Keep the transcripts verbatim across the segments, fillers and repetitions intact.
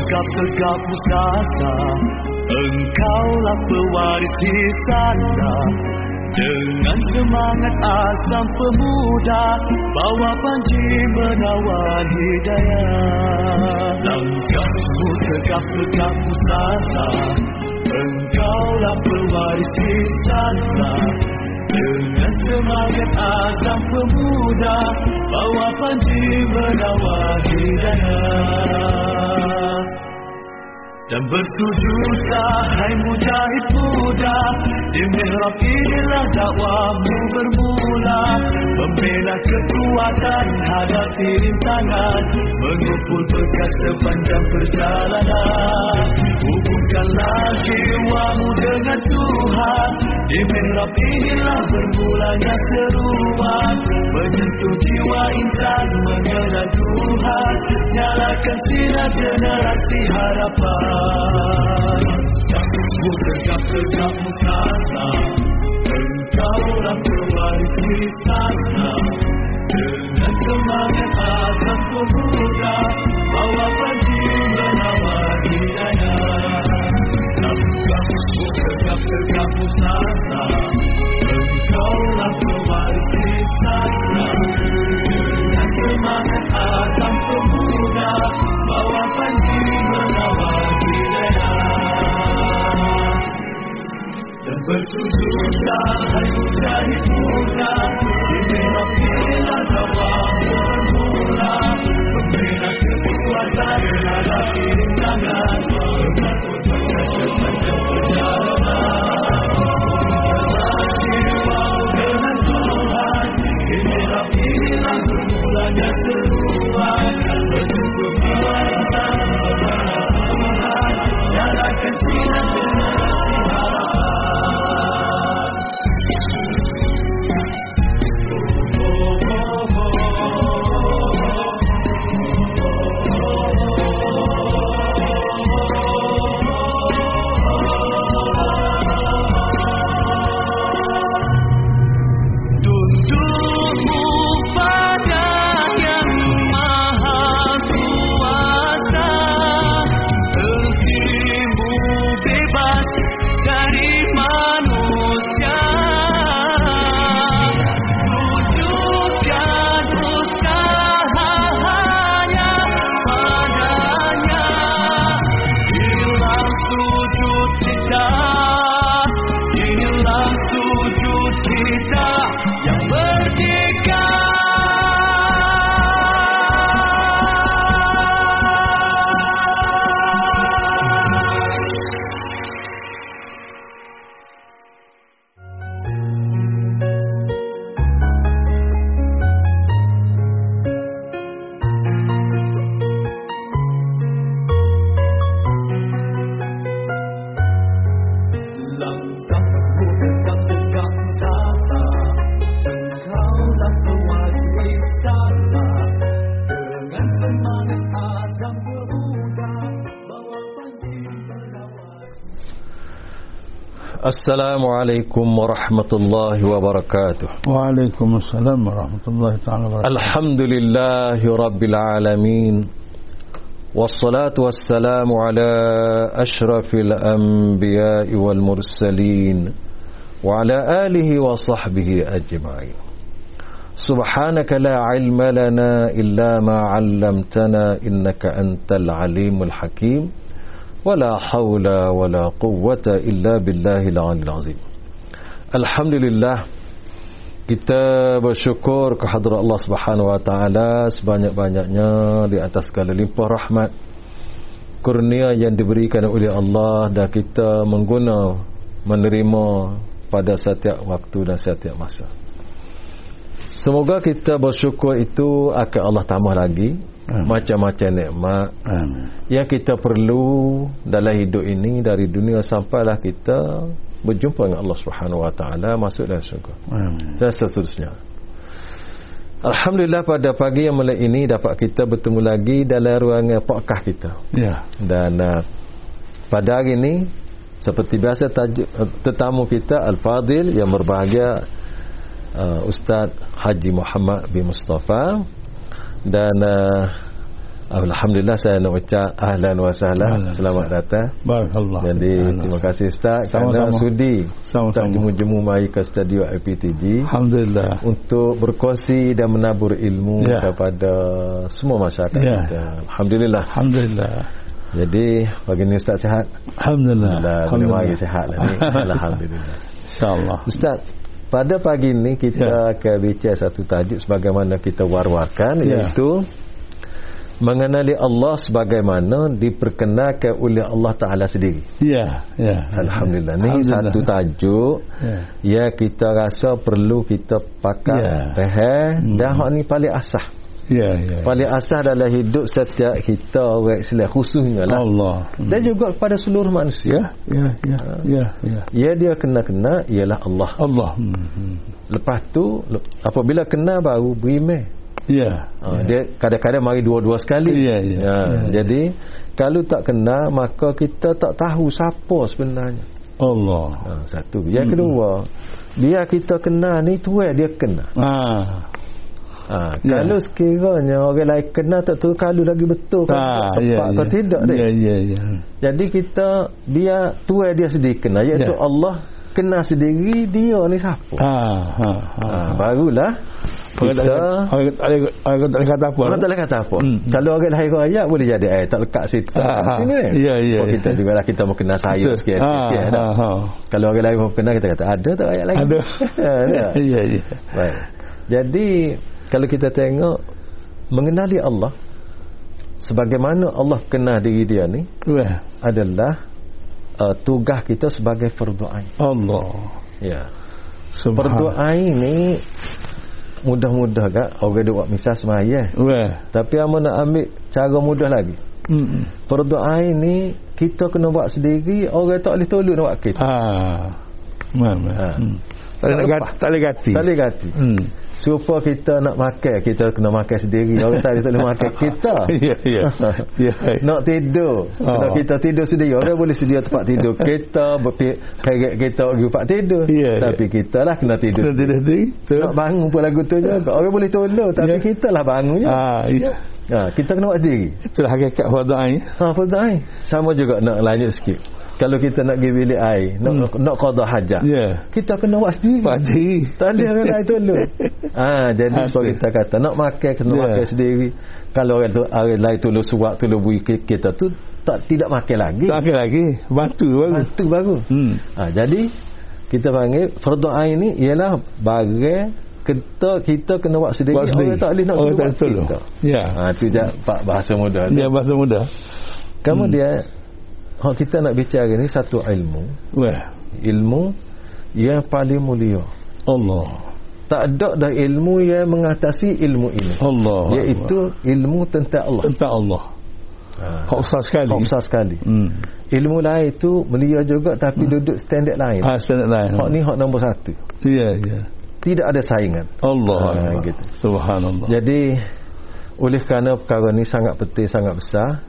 tegap-tegap musasa, engkaulah pewaris hisana. Dengan semangat asam pemuda, bawa panji menawan hidayah. Langkahmu tegap-tegap musasa, engkaulah pewaris hisana. Dengan semangat asam pemuda, bawa panji menawan hidayah. Dan bersujudlah hai mujahid muda, di mihrab inilah dakwahmu bermula. Membela kekuatan hadapi rintangan, mengumpul berkat sepanjang perjalanan. Hubungkanlah jiwamu dengan Tuhan, di mihrab inilah bermulanya seruan. Menyentuh jiwa insan mengenal Tuhan, nyalakan sinar generasi harapan. Kamu tegap-tegap musasa, engkaulah pewaris hisana. Dengan semangat asam pemuda, bawa panji menawan hidayah. Kamu tegap-tegap musasa, engkaulah pewaris hisana. Dengan semangat asam pemuda, bawa panji menawan dan bersujudlah hai mujahid muda, di mihrab inilah dakwahmu bermula. Membela kekuatan hadapi rintangan, mengumpul sepanjang perjalanan. Jiwamu dengan Tuhan, di mihrab inilah bermulanya seruan. Menyentuh jiwa insan mengenal Tuhan, nyalakan sinar generasi harapan. Assalamualaikum warahmatullahi wabarakatuh. Waalaikumsalam warahmatullahi taala wabarakatuh. Alhamdulillahi rabbil alamin. Wassalatu wassalamu ala asyrafil anbiya'i wal mursalin wa ala alihi wa sahbihi ajma'in. Subhanaka la ilma lana illa ma 'allamtana innaka antal alimul hakim. Wala hawla wala quwwata illa billahil aliyil azim. Alhamdulillah, kita bersyukur kehadrat Allah Subhanahu wa taala sebanyak-banyaknya di atas segala limpah rahmat kurnia yang diberikan oleh Allah, dan kita mengguna menerima pada setiap waktu dan setiap masa. Semoga kita bersyukur itu akan Allah tambah lagi. Amin. Macam-macam nikmat Amin. yang kita perlu dalam hidup ini, dari dunia sampailah kita berjumpa dengan Allah Subhanahu wa taala, masuk dalam syurga. Amin. Dan seterusnya. Alhamdulillah, pada pagi yang mulai ini dapat kita bertemu lagi dalam ruangan podcast kita. Ya. Dan uh, pada hari ini seperti biasa tajuk, tetamu kita Al-Fadil yang berbahagia, uh, Ustaz Haji Muhammad bin Mustafa. Dan uh, Alhamdulillah saya nak ucap ahlan wa sahlan, selamat datang. Barakallah. Jadi terima kasih Ustaz kerana sudi Ustaz jemu-jemu mari ke studio I P T V. Alhamdulillah. Untuk berkongsi dan menabur ilmu ya. kepada semua masyarakat ya. kita. Alhamdulillah. Alhamdulillah. Jadi pagi ni Ustaz sihat? Alhamdulillah. Alhamdulillah. Mari sihat lah ni. Alhamdulillah. InsyaAllah. Ustaz, pada pagi ni kita ya. akan bincang satu tajuk sebagaimana kita war-warkan ya. iaitu mengenali Allah sebagaimana diperkenalkan oleh Allah Ta'ala sendiri. Ya, ya. Alhamdulillah. Ni satu tajuk ya. yang kita rasa perlu kita pakai ya. faham hmm. dan hak ni paling asah. Ya, ya. Paling asah dalam hidup setiap kita orang Islam khususnya lah. Allah. Hmm. Dan juga kepada seluruh manusia. Ya, ya, ya. Ya, ya. Ya dia kena-kena ialah Allah. Allah. Hmm. Lepas tu apabila kena baru beriman. Ya, ha, ya. Dia kadang-kadang mari dua-dua sekali. Ya, ya, ha, ya, jadi kalau tak kena maka kita tak tahu siapa sebenarnya. Allah. Ha, satu. Yang hmm. kedua, biar kita kena ni tuai dia kena. Ah. Ha, ya. Kalau sekiranya orang lain kena tak tahu kalau lagi betul ke ah, tepat ya, ke ya. tidak dia. Ya, ya, ya. Jadi kita biar tuai dia sendiri kena, iaitu ya. Allah kena sendiri dia ni siapa. Ha, ha, ha. ha, barulah kita orang tak boleh kata apa. Orang tak boleh kata apa. Hmm. Kalau orang lahir ayat boleh jadi ayat tak lekat situ. Ha, sini kan. Ya, ya. Oh, kita juga lah kita mau kena saya sikit-sikit. Ha, ha, ha. Kalau orang lain mau kena kita kata ada tak ayat lagi. Ada. Ya, ya, ya. Baik. Jadi kalau kita tengok mengenali Allah sebagaimana Allah kenal diri dia ni Wah. adalah uh, tugas kita sebagai fardu ain. Allah. Ya. Fardu ain ni mudah-mudah kan orang duk buat misal semaya. Wah. Tapi amo nak ambil cara mudah lagi. Hmm. Fardu ain ni kita kena buat sendiri, orang tak boleh tolong nak buat kita. Ah. Mana? Ha. Hmm. Tak boleh ganti. Tak boleh ganti. Hmm. Supaya kita nak makan, kita kena makan sendiri. Orang tak boleh makan kita. Ya, ya. Ya. Nak tidur, kena oh. kita tidur sendiri. Orang boleh sedia tempat tidur kita, berpikir kita pergi tempat tidur. Ya, tapi ya. kita lah kena tidur. Kena tidur sendiri. Nak bangun pun lagu tu juga. Orang boleh tolong, tapi ya. kita lah bangunnya. Ah, ya. Ha, kita kena buat sendiri. Itulah hakikat fardu ain. Ha, fardu ain. Sama juga nak lanjut sikit. Kalau kita nak pergi bilik air, nak hmm. nak qada hajat. Yeah. Kita kena buat sendiri. Buat sendiri. Tak ada orang lain tolong. Ah, jadi sebab kita kata nak makan kena yeah. makan sendiri. Kalau orang tu orang lain tolong suap, tolong bui kita tu tak tidak makan lagi. Tak makan lagi. Bantu baru. Bantu baru. Hmm. Ah, jadi kita panggil fardu ain ni ialah barang kita kita kena buat sendiri. Buat sendiri. Orang tak boleh nak orang buat tolong. Ya. Ah, tu je bahasa mudah. Ya, bahasa mudah. Kemudian hmm. Hak kita nak bicara ni satu ilmu. Wah, ilmu yang paling mulia. Allah. Tak ada dah ilmu yang mengatasi ilmu ini. Allah. Iaitu ilmu tentang Allah. Tentang Allah. Ha. Hak besar sekali. Hak besar sekali. Hmm. Ilmu lain itu mulia juga tapi hmm. duduk standard lain. Ah, standard lain. Hak ni hak nombor satu. Ya, ya. Tidak ada saingan. Allah. Ha, Allah. Gitu. Subhanallah. Jadi oleh kerana perkara ni sangat penting, sangat besar,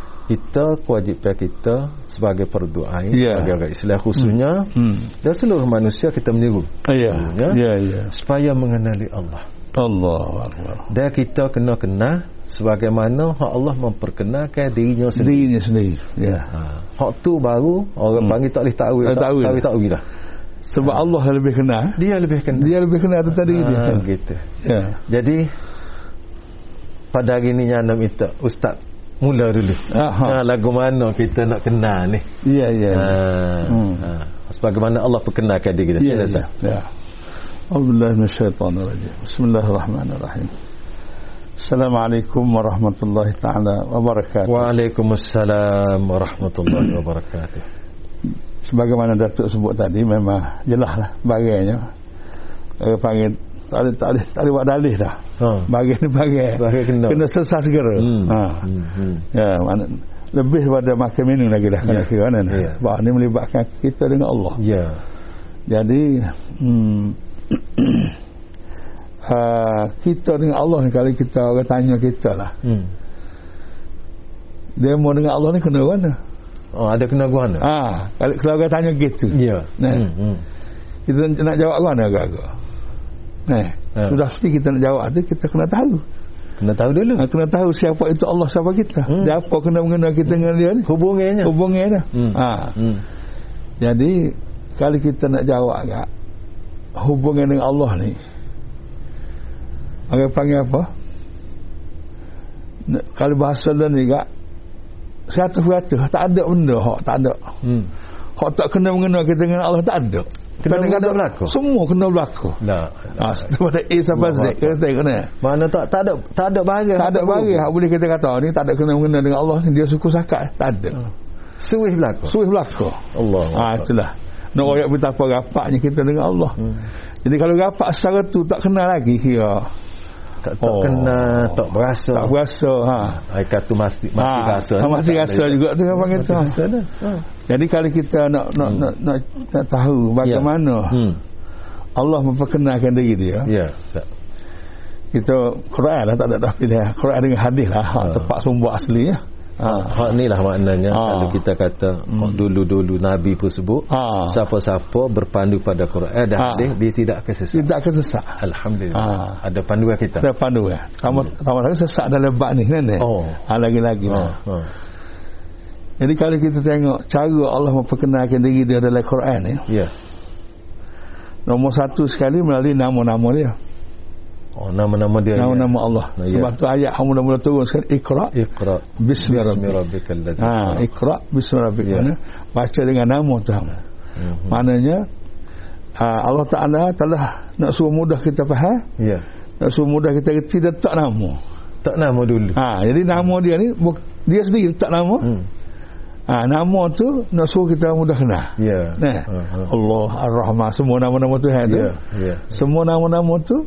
kita kewajipan kita sebagai fardu ain yeah. sebagai orang Islam khususnya hmm. Hmm. dan seluruh manusia kita menyeru ya yeah. yeah, yeah. supaya mengenali Allah. Allah. Dan kita kena kenal sebagaimana hak Allah memperkenalkan dirinya sendiri. Dirinya sendiri. Ya. Yeah. Ha. Hak tu baru orang hmm. panggil tak boleh tahu, tak tahu tak tahu dah. Sebab ha. Allah lebih kenal. Dia lebih kenal. Dia lebih kenal tentang diri ha, dia. Gitu. Ya. Jadi pada hari ni Nyana minta Ustaz mula dulu. Ha, lagu mana kita nak kenal ni? Ya, ya. Ha, hmm. ha. Sebagaimana Allah perkenalkan diri kita. Ya, ya. ya. A'udzubillahi minasyaitonirrajim. Bismillahirrahmanirrahim. Assalamualaikum warahmatullahi taala wabarakatuh. Waalaikumsalam warahmatullahi wabarakatuh. Sebagaimana Datuk sebut tadi memang jelaslah bagainya. Eh, panggil tak ada tak ada tak ada buat dalih dah. Ha. Bagian ni bagian. Kena, kena selesai segera. Hmm. Ha. Hmm. Hmm. Ya, mana lebih daripada makan minum lagi dah kena yeah. kira kan. Yeah. Sebab ni melibatkan kita dengan Allah. Ya. Yeah. Jadi hmm, uh, kita dengan Allah ni kalau kita orang tanya kita lah. Hmm. Dia mau dengan Allah ni kena mana? Oh, ada kena mana? Ah, kalau kalau orang tanya gitu. Ya. Yeah. Nah. Hmm. Hmm. Kita nak jawab mana agak-agak. Nah, ha. sudah mesti kita nak jawab tu kita kena tahu. Kena tahu dulu. Ha, kena tahu siapa itu Allah, siapa kita. Hmm. Dia apa kena mengenal kita dengan dia ni? Hubungannya. Hubungannya. Hmm. Ha. Hmm. Jadi kalau kita nak jawab agak hubungan dengan Allah ni, orang panggil apa? Kalau bahasa lain ni gak seratus peratus tak ada benda hak tak ada. Hmm. Hak tak kena mengenal kita dengan Allah tak ada. Kena kena berlaku. Semua kena berlaku. Nah, ah daripada A sampai Z kena kena. Mana tak tak ada tak ada bahaya. Tak ada bahaya hak boleh kita kata ni tak ada kena mengenal dengan Allah, dia suku sakat, tak ada. Hmm. Suih berlaku. Suih berlaku. Allah. Ah itulah. Nak royak betapa rapaknya kita dengan Allah. Hmm. Jadi kalau rapak secara tu tak kenal lagi kira. Tak, tak oh. kena, tak berasa. Tak berasa. Ha. Ai kata mesti mesti ha. rasa. Ha, mesti rasa juga tu apa kita. Ha. Jadi kalau kita nak nak hmm. nak, nak nak tahu bagaimana ya. hmm. Allah memperkenalkan diri dia. Ya. Kita Quran lah tak ada dah pilih. Quran dengan hadis lah. Ha. Tempat sumber asli ya. Ha, hak ni lah maknanya ha. Kalau kita kata hmm. dulu-dulu Nabi pun sebut ha. Siapa-siapa berpandu pada Quran dan hadis ha. Dia tidak akan sesat. Tidak akan sesat. Alhamdulillah. Ha. Ada panduan kita. Ada panduan. Kamu kamu lagi sesat dalam bab ni kan? Oh. Ha, lagi-lagi. Ha. Ha. Jadi kalau kita tengok cara Allah memperkenalkan diri dia dalam Quran ni. Ya. Nombor satu sekali melalui nama-nama dia. Oh, nama-nama dia. Nama-nama Allah. Nah, sebab ya. Tu ayat yang mula-mula turun sekali Iqra. Iqra. Bismi rabbikal ladzi. Ha, Iqra bismi rabbika. Ya. Baca dengan nama Tuhan. Uh-huh. Maknanya uh, Allah Taala telah nak suruh mudah kita faham. Ya. Nak suruh mudah kita reti dia tak nama. Tak nama dulu. Ha, jadi nama dia ni dia sendiri tak nama. Hmm. Ha, nama tu nak suruh kita mudah kenal. Ya. Nah. Uh-huh. Allah Ar-Rahman, semua nama-nama Tuhan tu. Ya. Ya. Semua nama-nama tu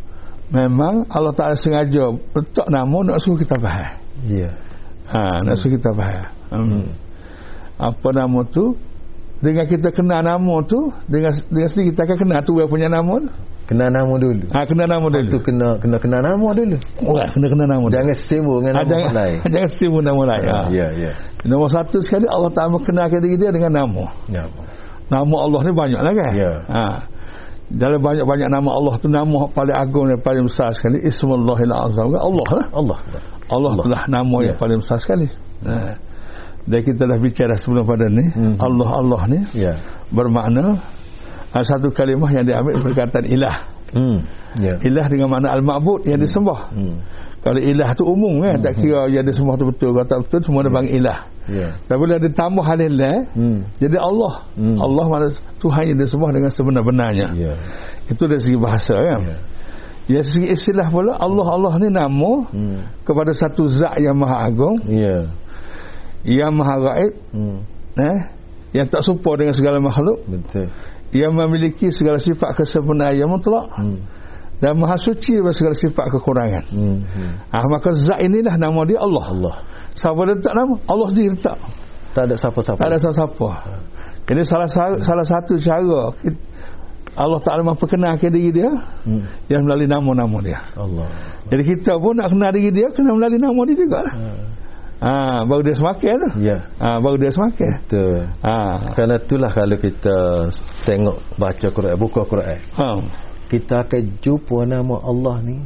memang Allah Ta'ala sengaja letak nama nak suruh kita faham. Ya. Ha, nak hmm. suruh kita faham. Hmm. Hmm. Apa nama tu? Dengan kita kenal nama tu, dengan dengan sendiri kita akan kenal tu yang punya nama tu. Kenal nama dulu. Ha, kenal nama dulu. Tu kena kena kenal nama dulu. Oh, kena kenal nama. Jangan sibuk dengan nama jangan, lain. Jangan sibuk nama lain. Ha. Ya, ya. Nombor satu sekali Allah Ta'ala kenalkan diri dia dengan nama. Ya. Nama Allah ni banyak lah kan? Ya. Ha. Dalam banyak-banyak nama Allah tu, nama paling agung dan paling besar sekali Ismullahil Azam. Allah lah. Allah. Allah itulah nama ya. Yang paling besar sekali. Nah. Dan kita dah bicara sebelum pada ni, hmm. Allah Allah ni ya. Bermakna satu kalimah yang diambil perkataan ilah. Hmm. Ya. Ilah dengan makna al-ma'bud yang hmm. disembah. Hmm. Kalau ilah tu umum kan, hmm. tak kira yang disembah tu betul atau tak betul, semua dia panggil ilah. Yeah. Tapi bila dia tambah halil lah, hmm. jadi Allah. Hmm. Allah mana Tuhan yang disembah dengan sebenar-benarnya. Yeah. Itu dari segi bahasa kan. Yeah. Ya, segi istilah pula Allah Allah ni nama hmm. kepada satu zat yang maha agung. Yeah. Yang maha gaib. Hmm. Eh, yang tak serupa dengan segala makhluk. Betul. Yang memiliki segala sifat kesempurnaan yang mutlak. Hmm. Dan maha suci dari segala sifat kekurangan. Hmm. Hmm. Ah, maka zat inilah nama dia Allah. Allah. Siapa dia letak nama? Allah sendiri letak. Tak ada siapa-siapa. Tak ada siapa-siapa. Jadi salah salah satu cara Allah Ta'ala memperkenalkan diri dia hmm. yang melalui nama-nama dia. Allah. Jadi kita pun nak kenal diri dia kena melalui nama dia juga. Hmm. Ah, baru dia semakin tu. Ya. Ah, baru dia semakin. Betul. Ah. Kerana itulah kalau kita tengok baca Quran, buka Quran. Ha. Kita akan jumpa nama Allah ni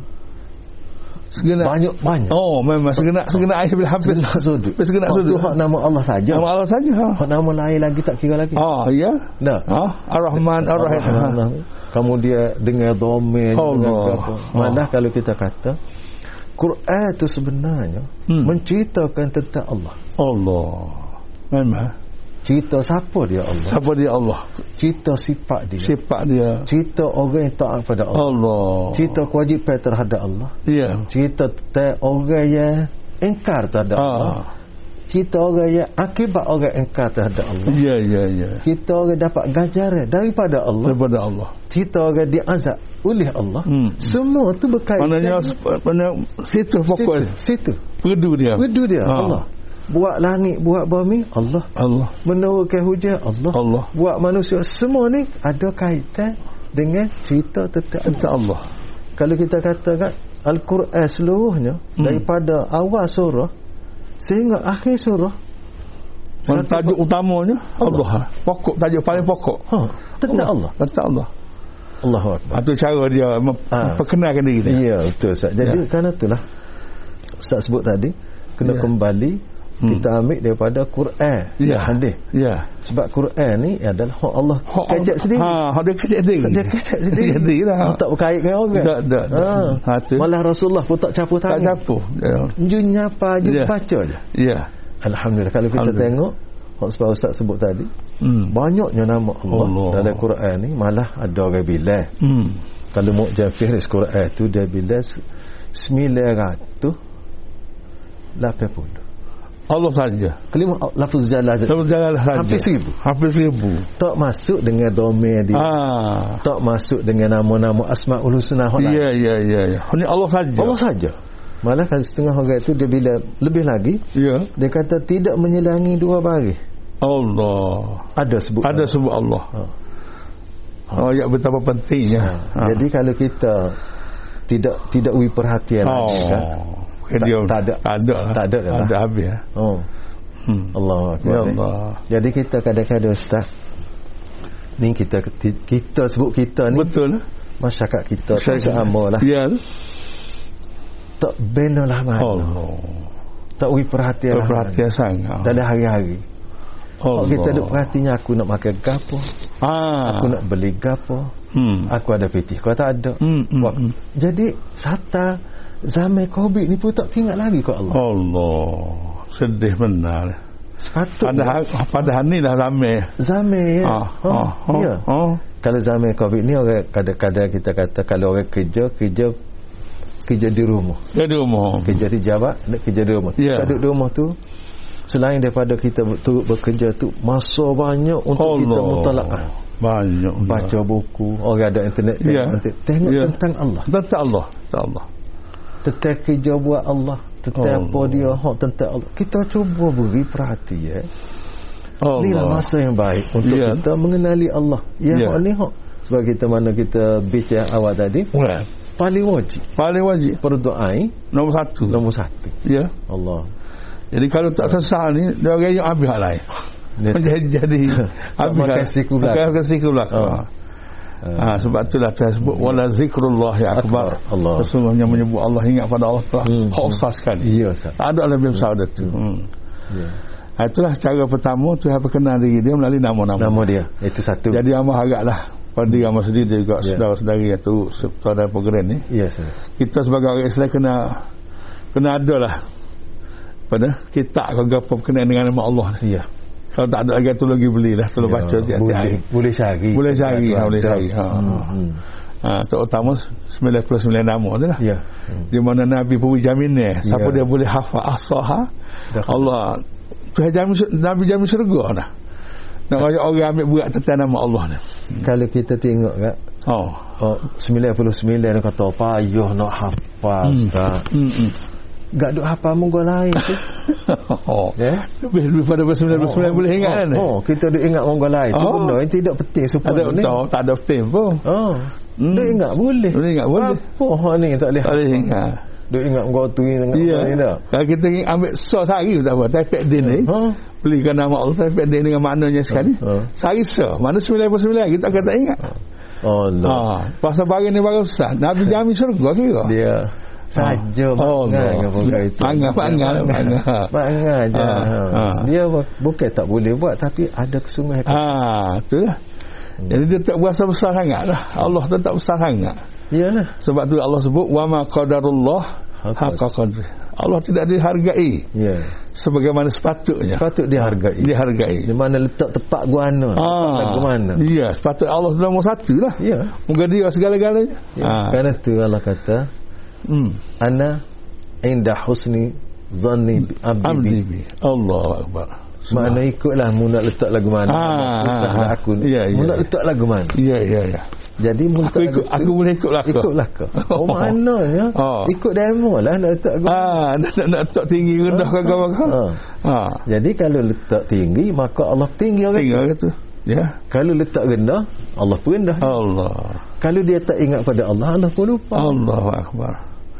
segenap banyak-banyak. Oh, memang segenap segenap air bila habis segenap sudut. Segenap sudut. Itu hak nama Allah saja. Nama Allah saja. Ha. Hak nama lain lagi tak kira lagi. Oh, ya. Dah. Ha? Ar-Rahman, Ar-Rahim. Kamu dia dengan dhamir dengan apa. Mana kalau kita kata Quran itu sebenarnya hmm. menceritakan tentang Allah. Allah. Memang. Cerita siapa dia Allah. Siapa dia Allah. Cerita sifat dia. Sifat dia. Cerita orang yang taat pada Allah. Allah. Cerita kewajipan terhadap Allah. Ya. Cerita tentang orang yang ingkar terhadap ah. Allah. Cerita orang yang akibat orang ingkar terhadap Allah. Ya, ya, ya. Cerita orang dapat ganjaran daripada Allah. Daripada Allah. Cerita orang diazab oleh Allah. Hmm. Semua tu berkaitan. Maknanya mana situ pokok. Situ. Perdu dia. Perdu dia ah. Allah. Buat langit, buat bumi, Allah. Allah. Menurunkan hujan, Allah. Allah. Buat manusia, semua ni ada kaitan dengan cerita tentang, tentang Allah. Kalau kita katakan Al-Quran seluruhnya hmm. daripada awal surah sehingga akhir surah, tajuk utamanya Allah. Allah. Pokok, tajuk paling pokok. Ha, tentang Allah. Allah. Tentang Allah. Allahu Akbar. Itu cara dia memperkenalkan diri dia. Ya, betul Ustaz. Jadi ya. Kerana itulah Ustaz sebut tadi, kena yeah. kembali Hmm. kita ambil daripada Quran ya. hadis. Ya. Sebab Quran ni adalah hak Allah kejak sendiri. Ha, hak dia kejak sendiri. Dia kejak sendiri. Jadilah. Tak berkait dengan orang. Tak, tak. Ha. ha Malah Rasulullah pun tak capur tangan. Tak capur. Ya. Ju nyapa, ju ya. baca je. Ya. Alhamdulillah. Kalau kita Alhamdulillah. tengok hak sebab Ustaz sebut tadi, hmm. banyaknya nama Allah, Allah dalam Quran ni, malah ada orang bilang. Hmm. Kalau Mu'jam Fihris Quran tu dia bilang sembilan ratus lapan puluh. Allah saja. Kelima lafaz jalalah. Lafaz jalalah saja. Hampir seribu. Hampir seribu. Tak masuk dengan domain dia. Ah. Tak masuk dengan nama-nama Asmaul Husna. Ya, ya, ya, ya. Ini Allah saja. Allah saja. Malah kan setengah orang itu dia bila lebih lagi, ya. Dia kata tidak menyelangi dua baris. Allah. Ada sebut. Ada Allah. sebut Allah. Ha. Oh, ya betapa pentingnya. Ha. Ha. Jadi kalau kita tidak tidak beri perhatian oh. lagi kan. Tak, tak ada tak ada tak ada dah. Ada habis ya. Oh. Hmm. Allahu akbar. Ya Allah. Jadi kita kadang-kadang Ustaz ni kita kita sebut kita ni betul masyarakat kita sama lah. Ya. Tak benalah mana. Allah. Tak beri perhatian. Perhatian sangat. Dalam hari-hari. Kalau kita duk perhatinya aku nak makan gapo. Ah. Aku nak beli gapo. Hmm. Aku ada pitih kau tak ada. Hmm. Hmm. Jadi sata zaman Covid ni pun tak tinggal lagi kat Allah. Allah. Sedih benar. Sepatutnya. Pada pada ni dah ramai. Zaman ya. Ah, ha, ah, ya. Ah. Kalau zaman Covid ni orang kadang-kadang kita kata kalau orang kerja, kerja kerja di rumah. Kerja di rumah. Kerja di jabat, kerja di rumah. Yeah. Duduk di rumah tu selain daripada kita turut bekerja tu masa banyak untuk Allah. Kita mutalaah. Banyak. Baca buku, orang ada internet tengok, yeah. tengok yeah. tentang Allah. Tentang Allah. Tentang Allah. Tentang kerja buat Allah, tentang apa dia hak tentang Allah. Kita cuba beri perhatian. Allah. Inilah masa yang baik untuk yeah. kita mengenali Allah. Ya yeah. hak ni hak. Sebab kita mana kita bincang awal tadi. Yeah. Paling wajib. Paling wajib. Berdoa nombor satu. Nombor satu. Ya. Yeah. Allah. Jadi kalau tak sesat ni dia orang yang habis hal lain. Jadi jadi habis makan siku belakang. Makan siku belakang. Oh. Ha, sebab itulah dia sebut wala zikrullah ya akbar. Allah. Sesungguhnya menyebut Allah, ingat pada Allah telah hmm. khasah sekali. Ya, Ustaz. Tak ada lebih besar hmm. itu. Hmm. Ya. Ha, itulah cara pertama tu yang perkenal diri dia melalui nama-nama. Nama dia. Itu satu. Jadi amat haraplah pada diri amat sendiri juga yeah. saudara-saudari yang tu saudara program ni. Ya, yes, kita sebagai orang Islam kena kena adalah pada kitab ke apa berkenaan dengan nama Allah ni. Ya. Kalau tak ada lagi tu lagi belilah tolong ya, baca tiap-tiap hari. Boleh cari. Boleh cari, ha, boleh cari. Ha. Hmm, hmm. Ha, terutama sembilan puluh sembilan nama tu lah. Ya. Hmm. Di mana Nabi pun jamin ni, siapa ya. dia boleh hafal as-saha Allah. Tu jamin Nabi jamin syurga dah. Nak banyak orang ambil berat tentang nama Allah ni. Hmm. Kalau kita tengok kan. Oh. oh sembilan puluh sembilan kata payah nak hafal hmm. tak. Hmm. hmm. Gak duk hafal muka lain tu. Oh. Ya. Lebih lebih pada sembilan puluh sembilan oh. boleh ingat kan? Oh, kita duk ingat muka lain. Tu oh. benda yang tidak penting supaya ni. Tak tak ada penting pun. Oh. Hmm. Duk ingat boleh. Boleh ingat boleh. Apa hak ni tak boleh. Tak boleh ingat. Duk ingat muka tu ingat ya. ni dah. Kalau kita ambil so sehari tak apa. Type din ni. Ha. Belikan nama Allah type din dengan maknanya sekali. Ha. Sehari so. Mana sembilan puluh sembilan kita akan tak ingat. Oh Allah. Ha. Pasal barang ni barang besar. Nabi jamin syurga kira. Dia saja oh, bangga dengan itu. Bangga, bangga, bangga. Bangga je. Ha, ha. Dia bukan tak boleh buat tapi ada kesungguhan. Ah, itulah. Hmm. Jadi dia tak berasa besar sangatlah. Allah tetap besar sangat. Iyalah. Sebab tu Allah sebut wa ma qadarullah haqqa qadri. Allah tidak dihargai. Ya. Sebagaimana sepatutnya. Sepatut dihargai. Dihargai. Di mana letak tepat guana. Ah, tepat mana. Ya, sepatutnya Allah nombor satu lah. Ya. Moga dia segala-galanya. Ya. Ah. Kerana tu Allah kata Hmm. Ana inda husni zanni abdi bi. Allahu akbar. Mana ikutlah mu nak letak lagu mana. Ah, ah, aku ya, ya, mu nak letak lagu mana. Ya ya ya. Jadi mu aku ikut aku boleh ikutlah kau. Ikutlah kau. Oh, maknanya oh. ikut demo lah nak letak lagu. Ah, nak nak letak tinggi rendah ke apa kau. Ah. Jadi kalau letak tinggi maka Allah tinggi orang. Tinggi orang tu. Ya. Kalau letak rendah Allah pun rendah. Allah. Kalau dia tak ingat pada Allah Allah pun lupa. Allahu akbar.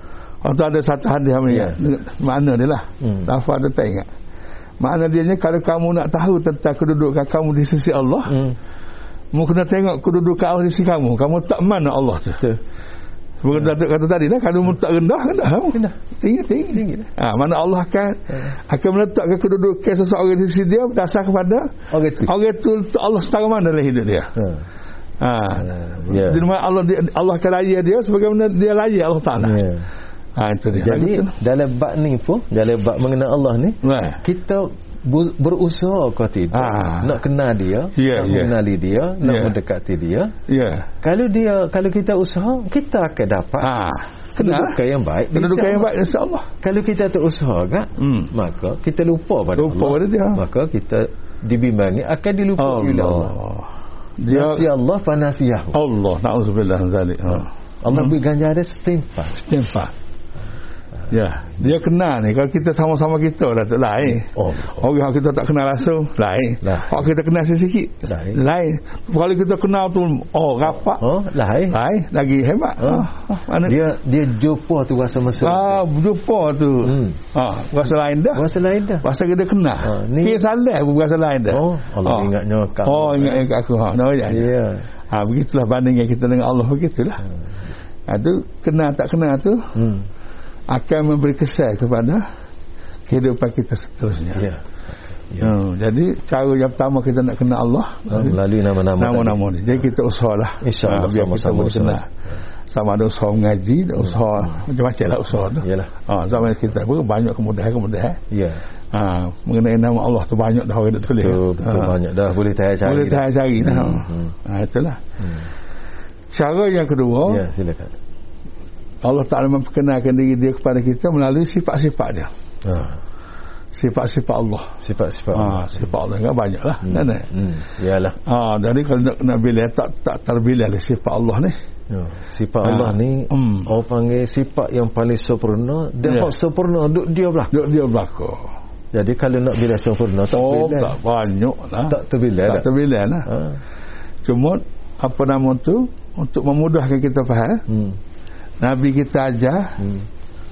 Atau ada satu hadis yang yeah. makna dia lah. Hmm. Lafaz dia tak ingat. Makna dia ni kalau kamu nak tahu tentang kedudukan kamu di sisi Allah, hmm. mu kena tengok kedudukan Allah di sisi kamu. Kamu tak mana Allah tu. Betul. Sebagai Datuk kata tadi dah, kalau tak rendah, rendah. rendah. Tinggi, tinggi. tinggi. Ha, mana Allah akan hmm. akan meletakkan kedudukan seseorang di sisi dia berdasar kepada orang itu. Orang itu Allah setara mana dalam hidup dia. Hmm. Ha. Hmm. Yeah. Di mana Allah Allah akan layan dia sebagaimana dia layan Allah Taala. Yeah. Ha, itu dia. Jadi ha, dalam bab ni pun, dalam bab mengenal Allah ni, nah. kita berusaha kau tidak ah. nak kenal dia, yeah, nak yeah. mengenali dia, yeah. nak mendekati dia. Yeah. Kalau dia kalau kita usaha, kita akan dapat ah. kedudukan yang baik. Kedudukan yang baik insya-Allah. Kalau kita tak usaha kan, hmm. maka kita lupa pada lupa Allah. Pada dia. Maka kita dibimbangi akan dilupakan oleh Allah. Dia si Allah panasiyahu. Allah, na'udzubillah min zalik. Allah beri ganjaran setempat. Setempat. Ya, dia kenal ni. Kalau kita sama-sama kita dah tak lain. Oh, oh. Orang kita tak kenal langsung lain. Kalau kita kenal sikit lain. lain. Kalau kita kenal tu oh rapat. Oh, lain. Lain lagi hebat. Oh. Ah, mana dia dia jumpa tu rasa masa. Ah, jumpa tu. Hmm. Ah, rasa lain dah. Rasa lain dah. Rasa kita kenal. Ah, ni salah pun rasa lain dah. Oh, Allah ah. ingatnya kat. Oh, ingat kat aku. Ha, no ya. Ya. Ah, begitulah bandingan kita dengan Allah begitulah. Hmm. Ah, tu kenal tak kenal tu. Hmm. akan memberi kesan kepada kehidupan kita seterusnya. Ya. Ya. Hmm, jadi cara yang pertama kita nak kenal Allah melalui nama-nama nama-nama ni. Jadi kita usahalah insya-Allah biar kita boleh kenal. Sama ada usaha mengaji, ada usaha hmm. macam-macam lah usaha tu. Yalah. Ha, zaman kita pun banyak kemudahan-kemudahan. Ya. Ha, mengenai nama Allah tu banyak dah orang dah tulis. Betul, betul ha. banyak dah boleh tahan cari. Boleh tahan cari dah. Hmm. Hmm. Ha, itulah. Hmm. Cara yang kedua. Ya, silakan. Allah Ta'ala memperkenalkan diri dia kepada kita melalui sifat-sifat dia. Ha. Sifat-sifat Allah. Sifat-sifat Allah. Ha, sifat Allah kan banyak lah. Hmm. Kan? Hmm. Yalah. Ha, jadi kalau nak, nak bila tak, tak terbilih lah sifat Allah ni. Ya. Sifat ha. Allah ni hmm. orang panggil sifat yang paling sempurna. Dan ya. hak sempurna duk dia belakang. Duk dia belakang. Jadi kalau nak bila sempurna tak oh, terbilih. tak banyak lah. Tak terbilih Tak terbilih lah. Ha. Cuma apa nama tu untuk memudahkan kita faham. Hmm. Nabi kita ajar hmm.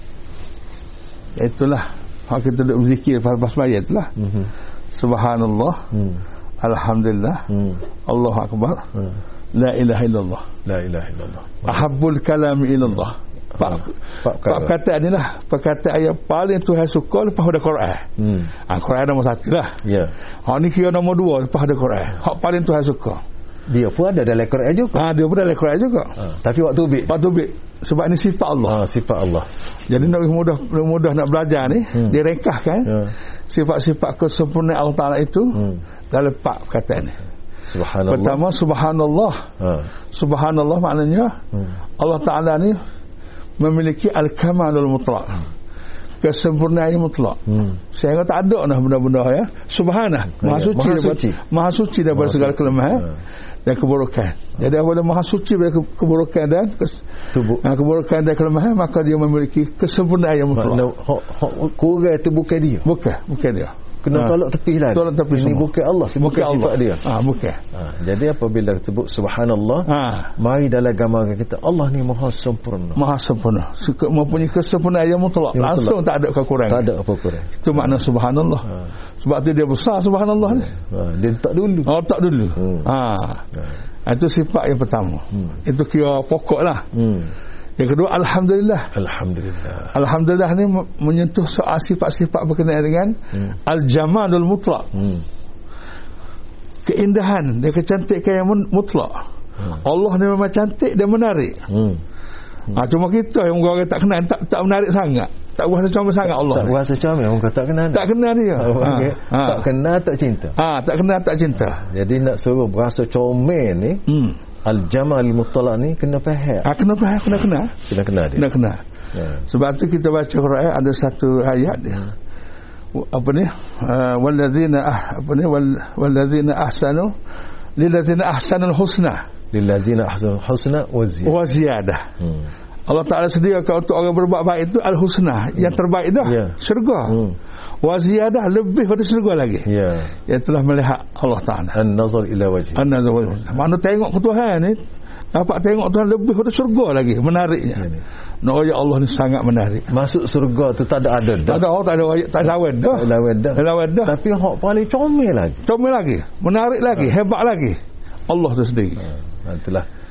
itulah hak kita duduk berzikir pas bayat lah hmm. Subhanallah hmm. Alhamdulillah hmm. Allahu Akbar hmm. La ilaha illallah La ilaha illallah Ahabbul kalami ilallah Pak, pak, pak kata ni lah perkataan yang paling Tuhan suka lepas ada Quran. hmm. ha, Quran nombor satu lah yeah. Hak ni kira nombor dua lepas ada Quran. Hak paling Tuhan suka dia pun ada dalam Quran juga. Ah, dia pun dalam Quran juga. Ha, tapi waktu ubik. Waktu ubik. Sebab ini sifat Allah. Ha, sifat Allah. Jadi nak mudah mudah nak belajar ni, hmm. dia rekahkan ya. Sifat-sifat kesempurnaan Allah Taala itu hmm. dalam empat perkataan ni. Subhanallah. Pertama subhanallah. Ha. Subhanallah maknanya hmm. Allah Taala ni memiliki al-kamalul mutlaq. Hmm. Kesempurnaan yang mutlak. Hmm. Saya kata tak ada dah benda-benda ya. Subhanah, maha suci, maha suci, maha suci daripada segala kelemahan ha. dan keburukan. Jadi apabila maha suci daripada keburukan dan kes, keburukan dan kelemahan, maka dia memiliki kesempurnaan yang mutlak. Hak hak kurang itu bukan dia. Bukan, bukan dia. Kena ha. tolak tepi lah. Tolak tepi ini bukan Allah, bukan sifat dia. Ah, ha, bukan. Ha. Jadi apabila sebut subhanallah, ha. mari dalam gambaran kita Allah ni maha sempurna. Maha sempurna. Suka mempunyai kesempurnaan yang mutlak. Yang langsung mutlak. Tak ada kekurangan. Tak ada apa kurang. Itu makna subhanallah. Ha. Sebab tu dia besar subhanallah ni. Ha. Dia tak dulu. Oh, tak dulu. Hmm. Ha. ha. Itu sifat yang pertama. Hmm. Itu kira pokoklah. Hmm. Yang kedua alhamdulillah. Alhamdulillah. Alhamdulillah ni menyentuh soal sifat-sifat berkenaan dengan hmm. al-jamalul mutlaq. Hmm. Keindahan dan kecantikan yang mutlak. Hmm. Allah ni memang cantik dan menarik. Hmm. Hmm. Ha, cuma kita yang orang tak kenal tak tak menarik sangat. Tak berasa comel sangat Allah. Tak berasa comel orang tak kenal. Tak kenal dia. Oh, ha. Okay. Ha. Tak kenal tak cinta. Ah, ha, tak kenal tak cinta. Ha. Jadi nak suruh berasa comel ni hmm. Al-Jamal Al-Mutlaq ni kena faham. Ah, kena faham, kena kenal. Kena kenal dia. Kena kenal. Ya. Sebab tu kita baca Quran ada satu ayat dia. Hmm. Apa ni? Uh, wallazina ah apa ni wal wallazina ahsanu lillazina ahsanul husna. Lillazina ahsanul husna wa ziyadah. Wa ziyadah. Hmm. Allah Taala sediakan untuk orang berbuat baik itu al-husna, hmm. yang terbaik dah. Yeah. Syurga. Hmm. Wa ziyadah lebih pada syurga lagi. Ya. Yeah. Yang telah melihat Allah Taala. An-nazar ila wajhi. An-nazar ila wajhi. Mana tengok ke Tuhan ni, dapat tengok Tuhan lebih pada syurga lagi, menariknya. Yeah. No, ya Allah ni sangat menarik. Masuk surga tu tak ada adad dah. Tak ada, oh, tak ada tak lawan dah. Lawan dah. Lawan dah. Tapi hak paling comel lagi. Comel lagi, menarik lagi, ha. hebat lagi. Allah tu sendiri. Ha, itulah.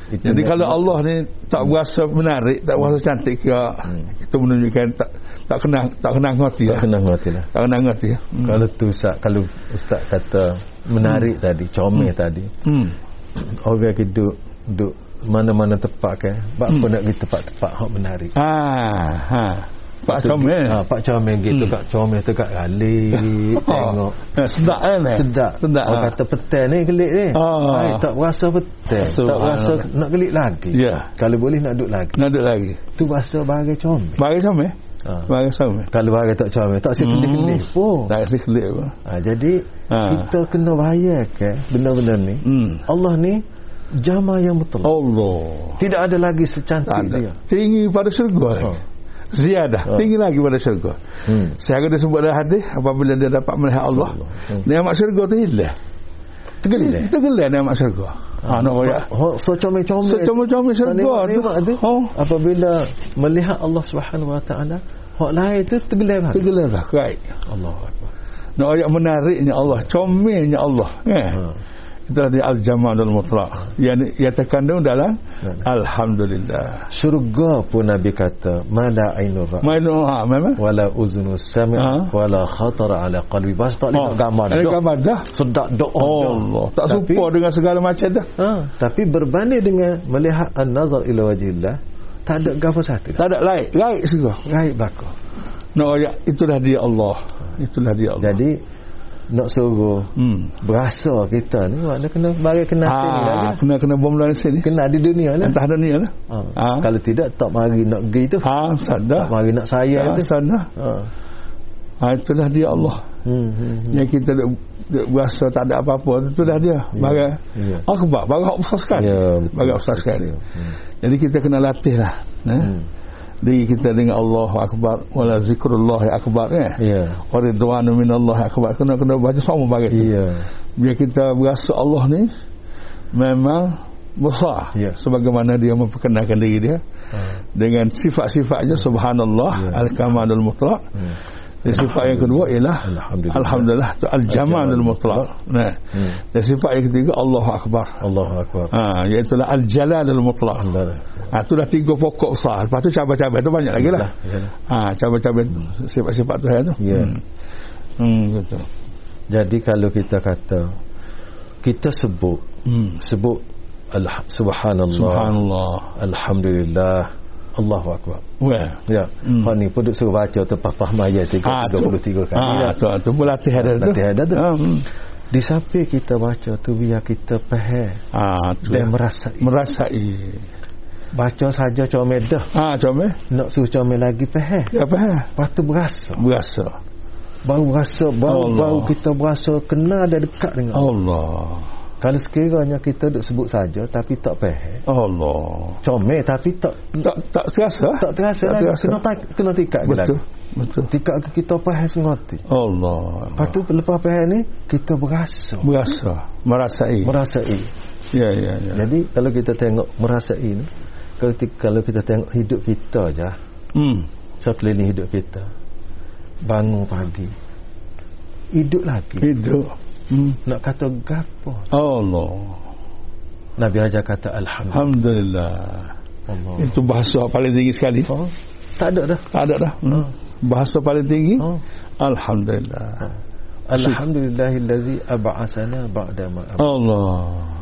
Itu jadi kalau Allah ni tak berasa menarik, tak berasa cantik ke, hmm. itu menunjukkan tak tak kena tak kena ngerti tak lah. kena ngerti lah. Tak kena ngerti. Hmm. Kalau tu Ustaz, kalau Ustaz kata menarik hmm. tadi, comel hmm. tadi. Hmm. Orang hidup duk mana-mana tempat ke, bak hmm. apa nak pergi tempat-tempat hak menarik. Ah, ha. Pak comel. Ha, Pak comel gitu hmm. kat comel tu kat gali tengok. Ha, sedap kan? Sedap. Sedap. Orang ha. kata petai ni gelik ni. Oh. Hai, tak berasa petai. So, tak berasa uh, nak gelik lagi. Yeah. Kalau boleh nak duduk lagi. Nak duduk lagi. Tu bahasa bahagia comel. Bahagia comel? Ha. Bahagia comel. Kalau bahagia tak comel, tak asyik gelik-gelik pun. Tak asyik gelik pun. Ha, jadi ha. kita kena bayarkan benda-benda ni. Hmm. Allah ni jama yang betul. Allah. Tidak ada lagi secantik dia. Tinggi pada syurga. Ha. Ziyadah, oh. tinggi lagi pada syurga. Hmm. Sehingga disebut dalam hadis, apabila dia dapat melihat Allah, hmm. nikmat syurga tu hilang. Tergelam. Tergelam nikmat syurga. Ha, nak royak. So comel-comel. So comel-comel syurga tu. Oh. Apabila melihat Allah Subhanahu Wa Taala, hak lain tu tergelam. Tergelam lah, baik. Allahu Akbar. Nak royak menariknya Allah, comelnya Allah. Eh. Ha. Itu adalah al-jamalul mutlaq yang yang terkandung dalam nah, alhamdulillah. Syurga pun Nabi kata mala ainur ra ha memang wala uzunus sami' wala khatar ala qalbi. Bas tak lihat gambar dah gambar dah sedap doa Allah tak serupa dengan segala macam dah. Ha, tapi berbanding dengan melihat an-nazar ila wajhillah, tak ada gapo satu, tak ada lain lain segala lain belaka. No, ya, itulah dia Allah, itulah dia Allah. Jadi nak suruh hmm. berasa kita ni makna kena bagi kena ha, ni lagi kena kena bom dalam sini kena di dunia lah, entah dunia lah. Ha. Ha. Kalau tidak tak mari nak pergi tu. Ha, sadar. Tak mari nak sayang ha, tu. Sadar. Ha. Ha, itulah dia Allah. Hmm, hmm, hmm. Yang kita duk, duk berasa tak ada apa-apa, itulah dia. Bagi yeah. akbar, bagi besar sekali. Yeah, bagi besar sekali. Hmm. Jadi kita kena latih lah. Eh? Hmm. Diri kita dengan Allahu Akbar wala zikrullah akbar ya. Ya. Wa ridwanu minallah akbar. Kena kena baca sama bagi itu. Ya. Biar kita berasa Allah ni memang besar. Ya. Sebagaimana dia memperkenalkan diri dia ha. dengan sifat-sifatnya subhanallah ya. al-kamalul mutlaq. Ya. Dan sifat yang kedua ialah alhamdulillah, alhamdulillah tu al-jamalul mutlaq. Nah. Hmm. Dan sifat yang ketiga Allahu Akbar. Allahu Akbar. Ha, iaitu al-jalalul mutlaq. Ha, tu dah tiga pokok besar. Lepas tu cabai-cabai tu banyak lagi lah. Ha, cabai-cabai hmm. sifat-sifat tu tu. Ya. Hmm. Hmm, betul. Jadi kalau kita kata kita sebut hmm. sebut al- subhanallah, subhanallah, alhamdulillah, Allahu Akbar. Wah. Ya. Hmm. Hak ni pun duk suruh baca tu faham ayat tiga puluh tiga kali. Ha, tu tu berlatih ada tu. Latih ada tu. Hmm. Di samping kita baca tu biar kita faham. Ah, tu dan merasai. Merasai. Baca saja comel dah. Ah, comel. Nak suruh comel lagi faham. Ya faham. Lepas tu berasa. Berasa. Baru berasa, baru, baru kita berasa kena ada dekat dengan Allah. Kalau sekiranya kita duk sebut saja tapi tak faham. Allah. Comel tapi tak tak tak terasa. Tak terasa tak lagi. Terasa. Kena tak, kena tikat betul. Lagi. Betul. Tikat kita faham sengerti. Allah. Lepas tu lepas faham ni kita berasa. Berasa, merasai. Merasai. Ya ya ya. Jadi kalau kita tengok merasai ni, kalau kalau kita tengok hidup kita aja. Hmm. Sekeliling hidup kita. Bangun pagi. Hidup lagi. Hidup. Hmm. Nak kata gapo? Allah. Nabi ajar kata alhamdulillah. Alhamdulillah. Allah. Itu bahasa paling tinggi sekali. Oh. Tak ada dah. Tak ada dah. Hmm. Oh. Bahasa paling tinggi. Oh. Alhamdulillah. Oh. Alhamdulillahillazi ab'atsana ba'da ma Allah.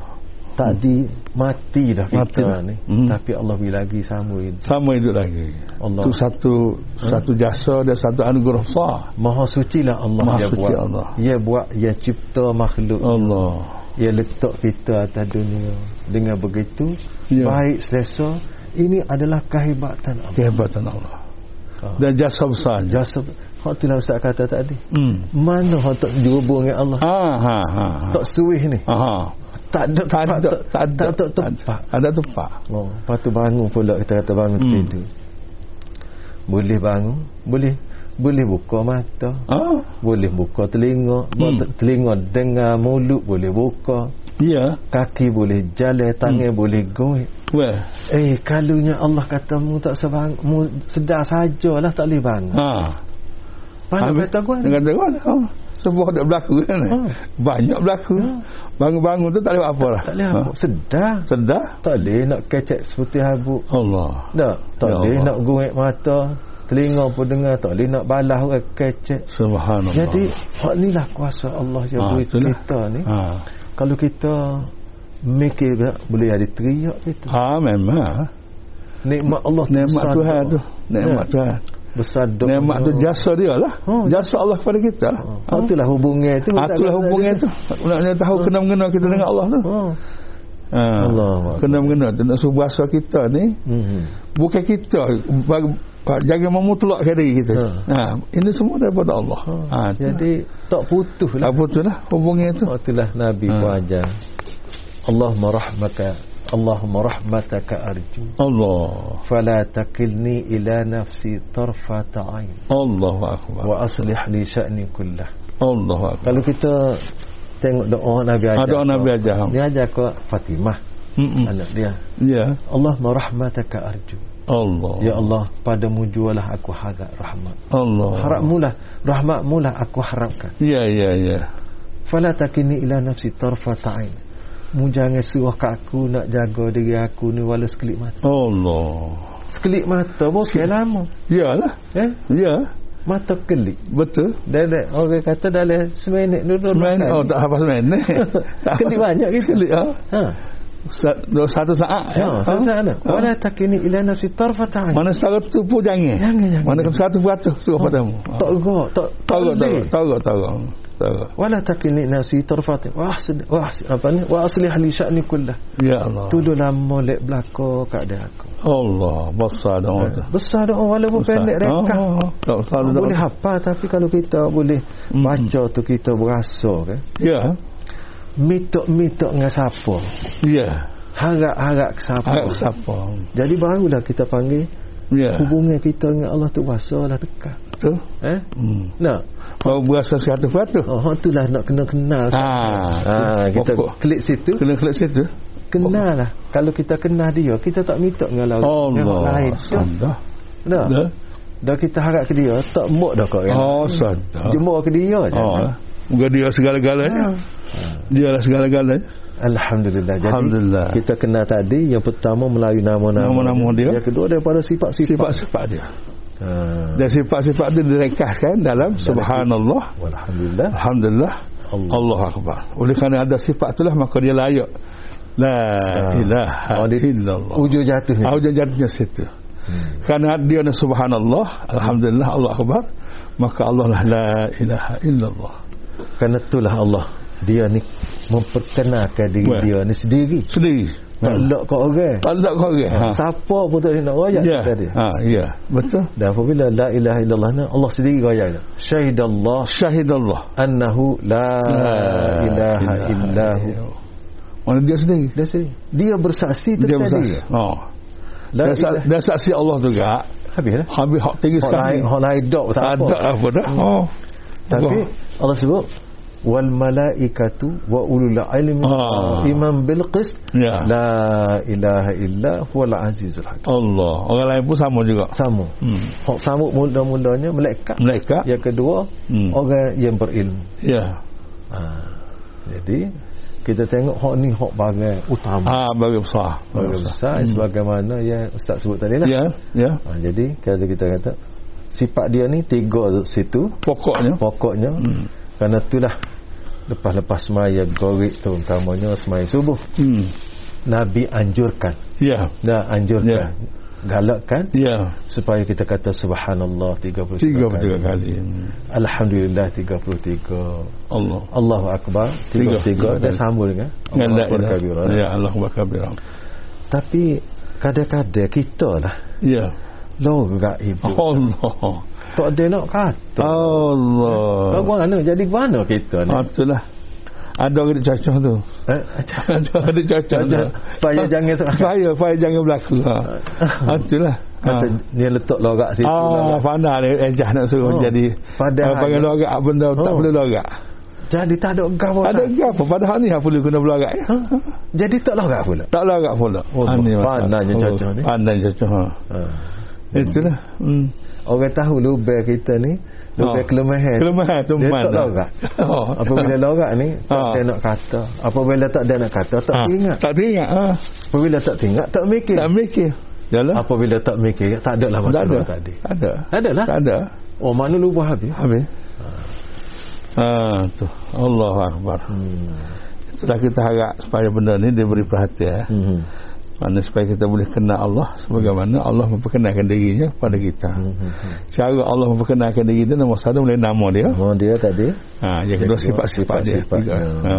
Tadi mati dah kita mati dah. Ni. Hmm. Tapi Allah beri lagi sama hidup. Sama hidup lagi. Allah. Itu satu hmm? satu jasa dan satu anugerah besar. Maha suci lah Allah. Maha dia suci buat. Allah. Dia buat, dia cipta makhluk. Allah. Dia letak kita atas dunia. Dengan begitu ya. Baik selesa. Ini adalah kehebatan Allah. Kehebatan Allah. Ha. Dan jasa besar. Jasa. Hak itulah Ustaz kata tadi. Hmm. Mana hak tak dirubung dengan Allah? Ha ha ha. Tak suih ni. Ha. Tak ada tak ada tak ada tak tempat. Ada tempat. Oh, lepas tu bangun pula kita kata bangun hmm. tidur. Boleh bangun, boleh boleh buka mata. Ah, boleh buka telinga, hmm. telinga dengar, mulut boleh buka. Ya, kaki boleh jalan, tangan hmm. boleh goyang. Weh. Eh, kalunya Allah kata mu tak sebang, mu sedar sajalah tak boleh bangun. Ha. Mana kata gua? Kata gua. Oh. sebuah dak berlaku kan. Ha. Banyak berlaku. Ha. Bangun-bangun tu tak boleh apa lah. Tak boleh apa. Ha. Sedar. Sedar. Tak boleh nak kecek seperti habuk. Allah. Tak. Tak ya boleh nak gurek mata. Telinga pun dengar, tak boleh nak balas orang kecek. Subhanallah. Jadi hak inilah kuasa Allah yang ha, beri kita ni. Ha. Kalau kita mikir boleh ada teriak kita. Ha, memang. Nikmat Allah tu nikmat Tuhan tu. Nikmat Tuhan. Besar doa. Nikmat tu jasa dia lah. Oh, jasa Allah kepada kita. Oh, oh. Itulah hubungan tu. Itulah hubungan tu. Nak tahu kena-mengena kita dengan Allah tu. Oh. Ha. Allah. Kena-mengena tu nak suruh bahasa kita ni. Hmm. Bukan kita jangan memutlakkan diri kita. Ha. Ha. Ini semua daripada Allah. Ha. Ha. Jadi tak putus lah. Tak putus lah hubungan tu. Oh, itulah Nabi ha. pun ajar. Allahumma rahmaka Allahumma rahmataka arju. Allah. Fala takilni ila nafsi tarfata ain. Allahu akbar. Wa aslih li sya'ni kullah. Allahu akbar. Kalau kita tengok doa Nabi ajar. Doa Nabi ajar. Dia ajar ke Fatimah. Mm-mm. Anak dia. Ya. Allahumma rahmataka arju. Allah. Ya Allah, padamu jualah aku harap rahmat. Allah. Harapmulah, rahmatmulah aku harapkan. Ya, ya, ya. Fala takilni ila nafsi tarfata ain. Mu jangan suruh kat aku nak jaga diri aku ni walau sekelip mata. Allah. Sekelip mata bukan lama. Yalah. Eh? Ya. Mata kelip. Betul. Dan orang kata dalam seminit duduk seminit. Oh, tak apa seminit. Kelip banyak gitu. Kelip, ha. Ha. Satu saat ya. Satu saat nak. Wala takini ila nafsi tarfata ain. Mana setara tu pun jangan. Jangan, jangan. Mana satu beratus tu padamu. Tak gok, tak tak tak tak tak. Wala takini nafsi tarfata wa ahsin wa ahsin apa ni wa aslih li sya'ni kullah. Ya Allah. Tolonglah molek belaka keadaan aku. Allah, besar doa tu. Besar doa walaupun pendek rekah. Oh, tak besar doa. Boleh hafal tapi kalau kita boleh mm. baca tu kita berasa kan. Ya. Mitok-mitok dengan siapa? Ya. Harap-harap siapa? Harap siapa? Jadi barulah kita panggil. Ya. Hubungan kita dengan Allah tu rasalah dekat. Betul. Eh? Hmm. Nak baru berasa seratus peratus. Oh, itulah nak kena kenal. Ha, ha kita Pokok. Klik situ. Kena klik situ. Kenal lah. Kalau kita kenal dia, kita tak mitok dengan orang Allah. lain. Dah. Dah. Dah. Dah kita harap ke dia, tak mok dah kau. Oh, sadar. Jemur ke dia je. Oh. Bukan dia segala-galanya. Ha. Dia lah segala-galanya. Alhamdulillah. Jadi Alhamdulillah. kita kenal tadi yang pertama melalui nama-nama, nama-nama dia. Yang kedua daripada sifat-sifat sifat-sifat dia. Ha. Dan sifat-sifat itu direkaskan dalam Subhanallah, Alhamdulillah, Alhamdulillah, Allah. Allah Akbar. Oleh kerana ada sifat itulah maka dia layak. La ha. ilaha oh, illallah. Ujung jatuhnya. Ujung jatuhnya situ. Hmm. Kerana dia ada Subhanallah, Alhamdulillah, Allah Akbar, maka Allah lah la ilaha illallah. Kerana itulah Allah. Dia ni memperkenalkan diri well, dia ni sendiri. Sendiri. Tak lak kat orang. Tak lak kat orang. Ha. Siapa pun tak nak royak yeah. tadi. Ha, ya, yeah. Betul. Dan apabila la ilaha illallah ni Allah sendiri royak dia. Syahidallah, syahidallah annahu la, la ilaha illahu. Mana dia sendiri? Dia sendiri. Dia bersaksi tentang dia. Bersaksi. Oh. Dia, sa- dia saksi Allah juga. Habislah. Habis hak tinggi sekali. Hak lain dok tak apa. Tak ada apa dah. Hmm. Oh. Tapi Allah sebut wal malaikatu wa ulul ilmi ah. imam bil qist ya. La ilaha illa huwal azizul hakim. Allah. Orang lain pun sama juga. Sama. Hmm. Hak sama mula-mulanya malaikat. Malaikat. Yang kedua hmm. orang yang berilmu. Ya. Ha. Jadi kita tengok hak ni hak bagai utama. Ah, bagai besar. Bagai besar hmm. sebagaimana yang Ustaz sebut tadi lah. Ya, ya. Ha, jadi kalau kita kata sifat dia ni tiga situ pokoknya. Pokoknya. Hmm. Kerana itulah lepas-lepas semaya gorik tu utamanya semaya subuh. Hmm. Nabi anjurkan. Ya. Dah anjurkan. Ya. Galakkan ya supaya kita kata subhanallah tiga puluh tiga kali. kali. Alhamdulillah tiga puluh tiga. Allah. Allahu akbar tiga puluh tiga dan sambung dengan Allahu akbar kabira. Ya Allahu akbar kabira. Tapi kadang-kadang kita lah. Ya. Lorak ibu. Allah. Tak ada nak kata. Allah. Kau mana jadi mana kita ni? Ah, itulah. Ada orang cacah tu. Eh? Ada ada cacah tu. Supaya jangan supaya supaya jangan berlaku. Ha. Itulah. Kata ha. Dia letak lorak situ. Ah, pandai dia ejah nak suruh oh. jadi. Padahal panggil lorak benda oh. tak boleh lorak. Jadi tak ada gapo. Tak ada gapo. Padahal ni apa boleh guna lorak. Ha? Jadi tak lorak pula. Tak lorak pula. Oh, pandainya cacah ni. Pandai cacah. Ha. Ha. Itulah. Hmm. Orang tahu lubang kita ni lubang oh. kelemahan. Kelemahan tu dia mana? Tak lorak. Oh. Apabila lorak ni tak oh. ada nak kata. Apabila tak ada nak kata tak ha. teringat. Tak teringat. Ha. Apabila tak teringat tak mikir. Tak mikir. Yalah. Apabila tak mikir tak ada lah masalah tak tadi. Tak ada. Ada lah. Tak ada. Oh mana lupa habis. Habis. Ha. Ah tu. Allahu akbar. Hmm. Itulah kita harap supaya benda ni dia beri perhatian. Hmm. Mana supaya kita boleh kenal Allah sebagaimana Allah memperkenalkan dirinya kepada kita. Hmm. Cara Allah memperkenalkan diri dia nombor satu mulai nama dia. Nama dia tadi. Ha, yang kedua sifat-sifat dia. Sifat dia. Ha.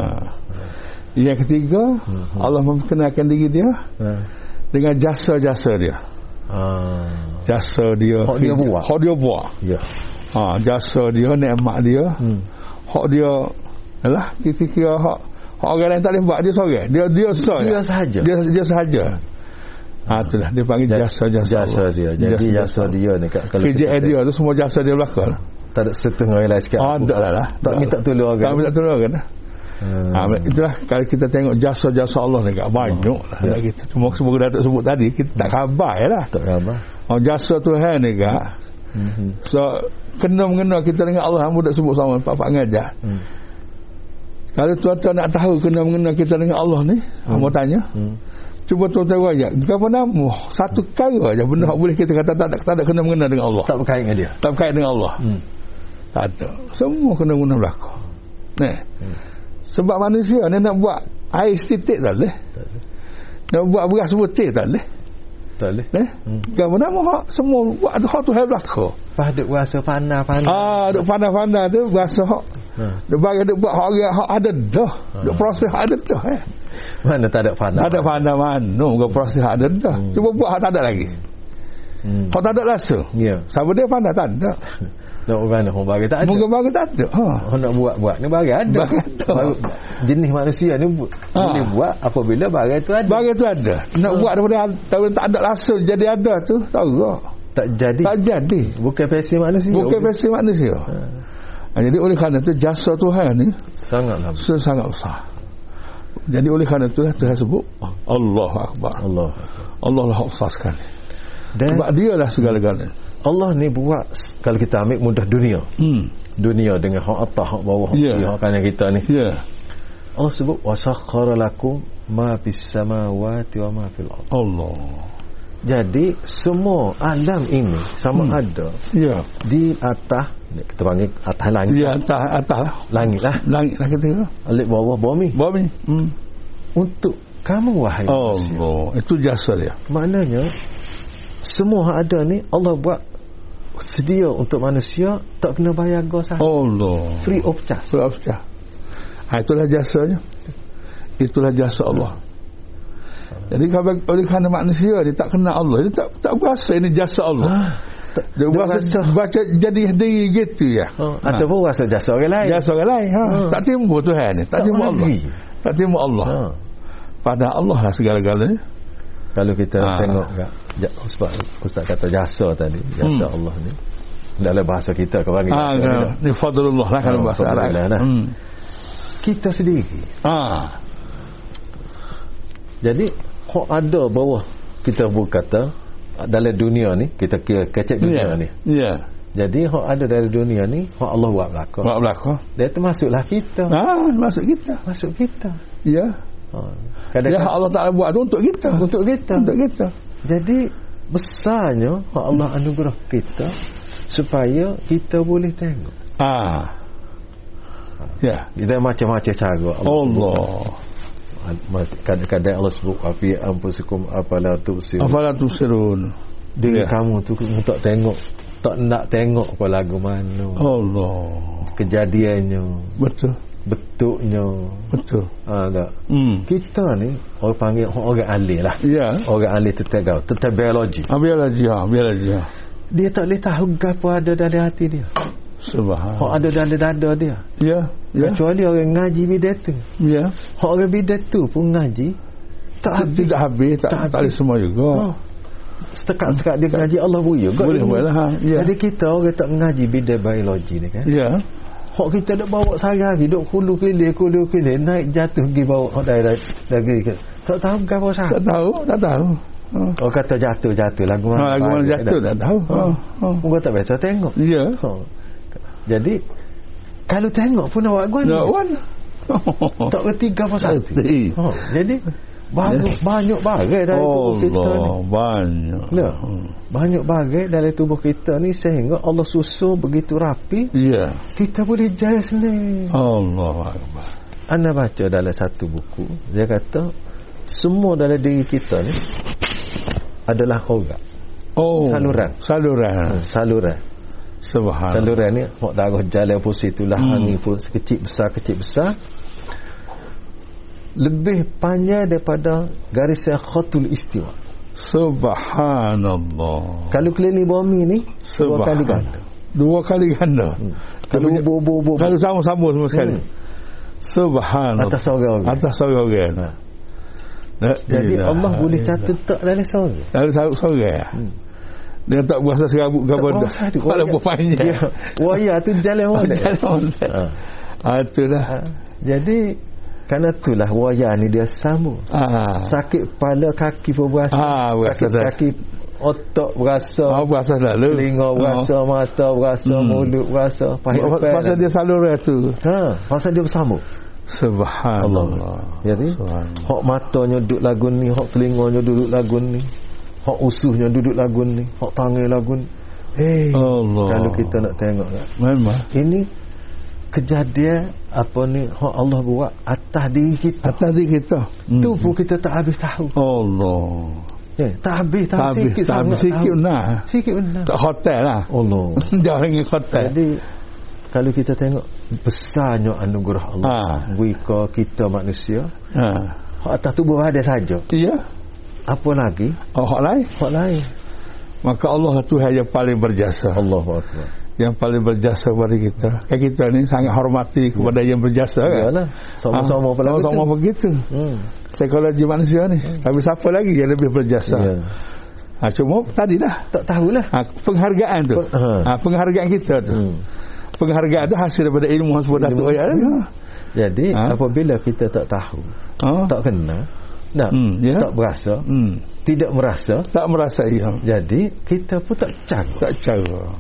Yang ketiga hmm. Allah memperkenalkan diri dia hmm. dengan jasa-jasa dia. Ha. Jasa dia. Hak dia buat. Hak dia buat. Ya. Ha, jasa dia, nikmat dia. Hmm. Hak dia alah kita kira hak hak orang lain tak boleh buat, dia seorang. Dia dia seorang. Dia sahaja. Dia dia sahaja. Ha itulah dia panggil jasa-jasa. Jasa dia. Jadi jasa, jasa dia ni kalau kerja dia tu semua jasa dia belakang. Tak ada setengah orang lain sikit. Oh, tak lah lah. Tak minta tolong orang. Tak minta tolong orang dah. Hmm. Ha, itulah kalau kita tengok jasa-jasa Allah ni kat banyak lah ya. Kita cuma sebut Datuk sebut tadi kita tak khabar lah. Tak khabar. Oh jasa Tuhan ni kak. Hmm. So kena mengena kita dengan Allah hamba dak sebut sama Pak-pak ngajar. Hmm. Kalau tuan-tuan nak tahu kena mengena kita dengan Allah ni, hmm. hamba tanya. Hmm. Cuba tuan-tuan ayat, apa nama? Satu perkara aja benda hak boleh kita kata tak ada, tak ada kena mengena dengan Allah. Tak berkait dengan dia. Tak berkait dengan Allah. Hmm. Tak ada. Semua kena mengena belaka. Nah. Hmm. Sebab manusia ni nak buat air setitik tak boleh. Tak boleh. Nak buat beras putih tak boleh. Tak boleh. Eh? Hmm. Apa nama hak semua buat ada hak tu hai belaka. Pas duk rasa pandai-pandai. Ah, duk pandai-pandai tu rasa hak. Ha. Duk bagi duk buat hak orang hak ada dah. Ha. Duk proses hak ada dah eh. Mana tak ada pandai. Tak ada pandai mana, bukan proses hak ada dah. Hmm. Cuba buat hak tak ada lagi. Hmm. Hak tak ada rasa. Ya. Yeah. Siapa dia pandai tak ada. Nak orang nak bagi tak ada. Mungkin bagi tak ada. Ha. Orang nak buat-buat ni bagi ada. Bagi ada. Jenis manusia ni ha. boleh buat apabila bagi tu ada. Bagi tu ada. Nak ha. buat daripada tak ada rasa jadi ada tu tahu tak? Tak jadi. Tak jadi. Bukan versi manusia. Bukan versi manusia. Ha. Ha. Jadi oleh kerana tu jasa Tuhan ni sangatlah sangat besar. Jadi oleh kerana tu Tuhan sebut Allahu Akbar. Allah. Allah lah besar sekali. Dan sebab dia lah segala-galanya. Allah ni buat kalau kita ambil mudah dunia. Hmm. Dunia dengan hak atas, hak bawah, hak yeah. hak kanan kita ni. Ya. Yeah. Allah sebut wasakhkhara lakum ma fis samawati wa ma fil ardh. Allah. Jadi semua alam ini sama hmm. ada. Ya. Yeah. Di atas kita panggil atas langit. Ya, atas atas lah. Langit lah. Langit lah kita. Alik bawah bumi. Bumi. Hmm. Untuk kamu wahai manusia. Allah. Itu jasa dia. Maknanya semua yang ada ni Allah buat sedia untuk manusia, tak kena bayar gos sahaja. Allah. Free of charge. Free of charge. Ha, itulah jasanya. Itulah jasa Allah. Jadi kalau oleh kerana manusia dia tak kenal Allah, dia tak tak berasa ini jasa Allah. Ha, tak, dia berasa baca jadi diri gitu ya. Ha, ha. Ataupun rasa jasa orang lain. Jasa orang lain. Ha. Ha. Tak timbul Tuhan ni, tak, tak timbul Allah. Tak timbul Allah. Ha. Pada Allah lah segala-galanya. Kalau kita ha. tengok tak, sebab Ustaz kata jasa tadi, jasa hmm. Allah ni dalam bahasa kita kau panggil ha, kan. Ni fadlullah lah kalau bahasa Arab lah. Hmm. Kita sendiri ha. Jadi hak ada bawah kita berkata dalam dunia ni kita kira kecek dunia yeah. ni ya yeah. Jadi hak ada dalam dunia ni hak Allah buat belaka buat belaka dia termasuklah kita ha, masuk kita masuk kita ya yeah. Ha. Kadang-kadang Allah Ta'ala buat tu untuk kita untuk kita untuk kita jadi besarnya Allah anugerah kita supaya kita boleh tengok ah ya kita macam-macam cara Allah, Allah. Kadang-kadang Allah sebut afi anfusikum afala tubsirun afala tubsirun diri ya. Kamu tu tak tengok tak nak tengok apa lagu mana Allah kejadiannya betul bentuknya betul ha, tak? Hmm. Kita ni orang panggil orang ahli lah ya. Orang ahli tentang tentang biologi ah, biologi ha, biologi ha. Dia tak boleh tahu apa ada dalam hati dia subhanallah hak ada dalam dada dia ya, ya. Kecuali orang ngaji bidat tu ya. Hak orang bidat tu pun ngaji tak habis tidak habis tak, tak, tak habis semua juga oh. Setekat-sekat dia mengaji Allah boleh juga boleh boleh ha. Ya. Jadi kita orang tak mengaji bidat biologi ni kan ya. Hak kita nak bawa sehari duk kulu kilir kulu kilir naik jatuh pergi bawa hak dari dari tak tahu gapo sah. Tak tahu, tak tahu. Oh kata jatuh-jatuh lagu mana? Ha, lagu mana jatuh tak tahu. Ha. Ha. Gua tak biasa tengok. Ya. Ha. Jadi kalau tengok pun awak gua. Nak wan. Tak reti apa satu. Ha. Jadi banyak banyak bagai dalam tubuh kita ni. Banyak. Ya. Banyak bagai dalam tubuh kita ni sehingga Allah susun begitu rapi. Ya. Kita boleh jaya sendiri. Allah Akbar. Anda baca dalam satu buku, dia kata semua dalam diri kita ni adalah organ. Oh, saluran. Saluran. Hmm, saluran. Subhanallah. Saluran ni hok darah jalan positif lah hmm. ni pun kecil besar kecil besar. Lebih panjang daripada garisan khatul istiwa. Subhanallah. Kalau keliling bumi ni dua kali ganda. Dua kali ganda. Hmm. Kalau bo-bo-bo kalau sama-sama semua sekali. Hmm. Subhanallah. Atas sorang. Atas sorang. Ha. Nah, jadi Allah boleh catat tak dalam sorang. Dalam sorang. Hmm. Dia tak berasa serabut gambar dah. Tak ada panjang. Waya tu jalan mana? Jalan mana? Ha. Itulah. Ha. Jadi kerana itulah waya ni dia sama. Ha. Sakit kepala kaki pun berasa. Ha, berasa sakit dah. Kaki otak berasa. Ha, berasa selalu. Telinga berasa, oh. mata berasa, hmm. mulut berasa. Pasal dia saluran tu. Ha, pasal dia bersama. Subhanallah. Jadi hok matanya duduk lagu ni, hok telinganya duduk lagu ni, hok usuhnya duduk lagu ni, hok tangan lagu ni. Hey, Allah. Kalau kita nak tengok tak? Memang. Ini kejadian apa ni hok Allah buat atas diri kita. Atas diri kita. Tu hmm. pun kita tak habis tahu. Allah. Eh, tak habis tahu tak sikit habis, sikit nah. Sikit benar. Tak hotel lah. Allah. Jangan pergi hotel. Jadi kalau kita tengok besarnya anugerah Allah ha. Buika kita manusia ha. Atas tubuh ada saja. Iya. Apa lagi? Oh, hak lain. Hak lain. Maka Allah Tuhan yang paling berjasa. Allahu Akbar. Yang paling berjasa kepada kita. Kayak kita ni sangat hormati kepada ya. yang berjasa kan. Iyalah. Sama-sama ha. begitu. Sama-sama begitu. Hmm. Psikologi manusia ni. Hmm. Tapi siapa lagi yang lebih berjasa? Ya. Ha, cuma tadi dah tak tahulah. Ha, penghargaan tu. Pen- ha. ha, penghargaan kita tu. Hmm. Penghargaan itu hasil daripada ilmu sebab Datuk ayat. Jadi ha? apabila kita tak tahu, ha? tak kenal, tak, hmm, yeah. tak berasa, hmm. tidak merasa, tak merasa ya. Jadi kita pun tak cara. Tak cara.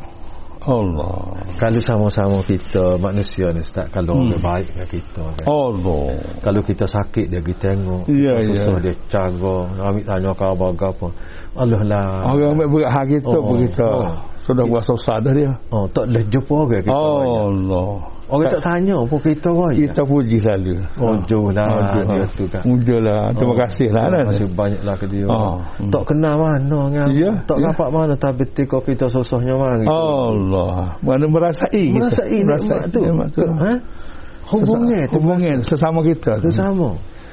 Allah. Kalau sama-sama kita manusia ni Ustaz, kalau hmm. orang baik dengan kita kan. Allah. Kalau kita sakit dia pergi tengok, yeah, susah yeah. dia cara, ambil tanya khabar apa. Allah lah. Orang ambil berat hak kita oh, kita. Oh. Sudah buat susah dah dia. Oh, tak boleh jumpa orang kita. Oh, Allah. Orang tak tanya pun kita raya. Kita puji selalu. Oh, juhlah oh, dia tu kan. Mujalah. Terima oh, kasih lah. Terima kasih banyaklah ke dia. Oh. Tak kenal mana kan. Ya, tak ya. dapat mana tapi ketika kita susahnya mana. Allah. Mana merasai kita. Merasai nikmat tu. tu. Ha? Hubungan tu. Hubungan sesama kita. Sesama.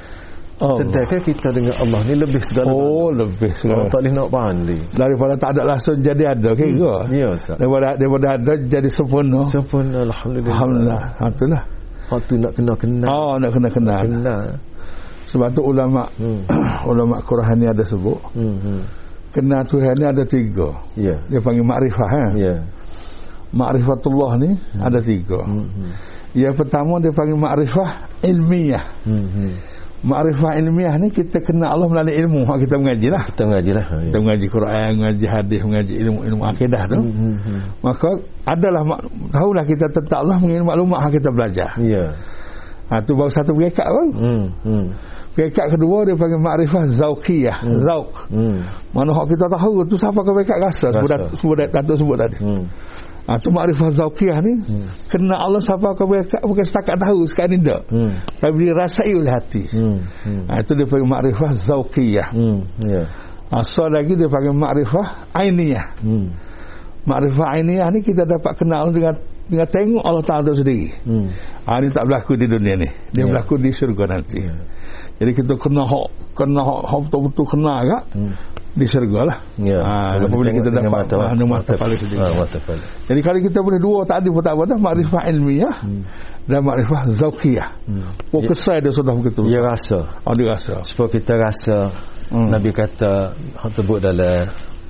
Oh. Sedangkan kita dengan Allah ni lebih segala. Oh, mana. lebih segala. Oh, tak boleh nak banding. Daripada tak ada langsung jadi ada kira. Hmm. Ya, Ustaz. Daripada, daripada ada jadi sempurna. Sempurna, alhamdulillah. Alhamdulillah. Itulah. Waktu nak kena-kena. Oh, nak kena-kena. Kena. Sebab tu ulama hmm. ulama Quran ni ada sebut. Hmm. hmm. Kena Tuhan ni ada tiga. Ya. Yeah. Dia panggil makrifah kan? Ya. Yeah. Makrifatullah ni hmm. ada tiga. Hmm. hmm. Yang pertama dia panggil makrifah ilmiah. Hmm. hmm. Makrifah ilmiah ni kita kenal Allah melalui ilmu. Kita mengaji lah. Kita mengaji lah. Ya. Kita mengaji Quran, mengaji hadis, mengaji ilmu-ilmu akidah tu. Hmm, hmm. Maka adalah, tahulah kita tentang Allah mengenai maklumat yang kita belajar. Ya. Ha, tu baru satu peringkat kan? Hmm. Hmm. Peringkat kedua dia panggil makrifah zauqiyah. Hmm. Zauq. Hmm. Mana hak kita tahu tu siapa ke peringkat rasa. Sebut Datuk sebut tadi. Hmm. Ha, tu makrifah zauqiyah ni hmm. kena Allah siapa ke peringkat bukan setakat tahu sekarang ni tak. Hmm. Tapi dirasai oleh hati. Hmm. Hmm. Ha, itu dia panggil makrifah zauqiyah. Hmm. Ya. Ha, so lagi dia panggil makrifah ainiyah. Hmm. Makrifah ainiyah ni kita dapat kenal dengan dengan tengok Allah Ta'ala sendiri. Hmm. Ha, ini tak berlaku di dunia ni. Dia yeah. berlaku di syurga nanti. Yeah. Jadi kita kena hak kena hak, hak betul-betul kena agak hmm. di syurga lah. Ya. Ha, apabila kita dapat mata, mata, mata kepala sendiri. Ha, mata kepala. Jadi kalau kita boleh dua tadi pun tak apa dah, makrifah ilmiah hmm. dan makrifah zauqiyah. Hmm. Oh, kesal dia sudah begitu. Dia rasa. Oh, dia rasa. Supaya kita rasa hmm. Nabi kata sebut dalam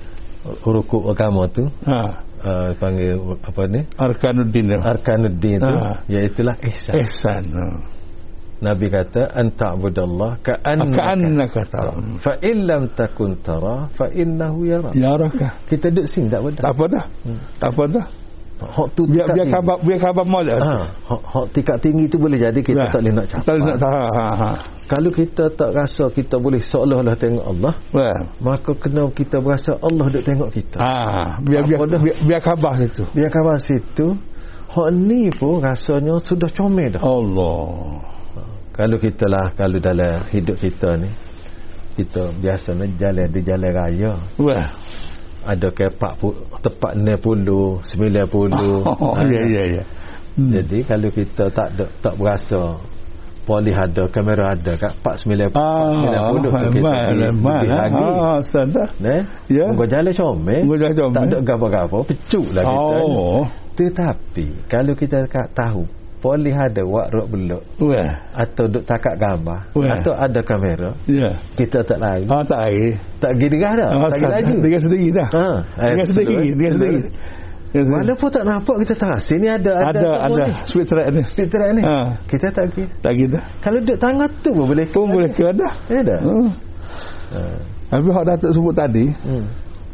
rukuk agama tu. Ha. Uh, panggil apa ni? Arkanuddin. Arkanuddin tu, ha. Iaitulah ihsan. Ihsan. Ha. Nabi kata anta'budallah ka'annaka tara fa in lam takun tara fa innahu yara. Yaraka. Kita duduk sini tak apa dah. Tak apa dah. Hmm. Tak apa dah. Hak tu biar biar khabar biar khabar molek. Ha, hak hak tingkat tinggi tu boleh jadi kita ya. tak boleh nak capai. Tak boleh nak ha, ha, ha. Kalau kita tak rasa kita boleh seolah-olah tengok Allah, ya. maka kena kita berasa Allah duk tengok kita. Ha, biar biar, biar biar khabar situ. Biar khabar situ. Hak ni pun rasanya sudah comel dah. Allah. Kalau kita lah, kalau dalam hidup kita ni, kita biasanya jalan di jalan raya. Wah. Ada ke tepat enam puluh, sembilan puluh. Oh, ya, ya, ya. Hmm. Jadi kalau kita tak ada, tak berasa polis ada, kamera ada kat empat sembilan puluh tu kita lebih lagi. Ah, sadar. Nah, ya. Muka jalan comel. Tak ada gapo-gapo, pecuk lah kita. Oh. Tetapi kalau kita tahu polis ada wak rok belok atau duk takak gambar Wah. atau ada kamera, yeah. kita tak lain. Ah, tak lain. Tak pergi dengar dah. Ah, tak lagi. Dengar sendiri dah. Ha. Dengar sendiri, dengar sendiri. Walaupun tak nampak kita tak rasa ni ada ada ada, ada. Speed track ni. Speed track ni. Ha. Kita tak pergi. Tak pergi dah. Kalau duk tangga tu pun boleh pun boleh ke dah. Ya dah. Hmm. Ha. Tapi hak Datuk sebut tadi, hmm.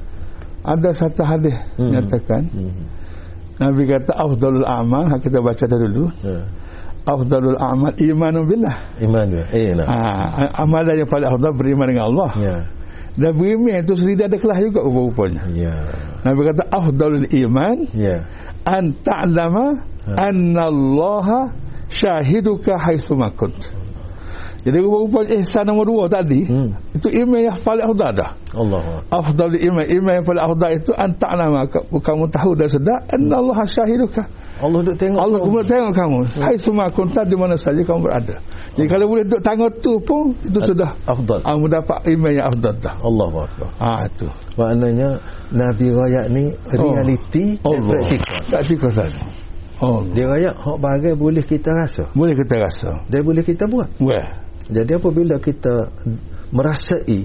ada satu hadis hmm. nyatakan hmm. Nabi kata afdalul a'mal, kita baca dulu. Ya. Afdalul a'mal imanun billah. Iman dia. Eh nah. Ha, amalan yang paling afdal beriman dengan Allah. Ya. Dan beriman itu sendiri ada kelas juga rupa-rupanya. Ya. Nabi kata afdalul iman ya. an ta'lama ha. annallaha syahiduka haitsu ma kunt. Jadi rupa-rupanya ihsan nombor dua tadi, hmm. itu iman yang paling afdal dah. Allah. Afdal iman, iman yang paling afdal itu anta'lama, kamu tahu dan sedar annallaha syahiduka. Allah duk tengok. Allah duk tengok kamu. Haitsu ma kunta, di mana saja kamu berada. Jadi oh. kalau boleh duk tengok tu pun itu sudah afdal. Ah, mendapat iman yang afdal dah. Allahu akbar. Ah tu. Maknanya Nabi rakyat ni realiti oh. dan praktikal. Praktikal saja. Oh. Dia rakyat hak bagai boleh kita rasa. Boleh kita rasa. Dia boleh kita buat. Wah. Jadi apabila kita merasai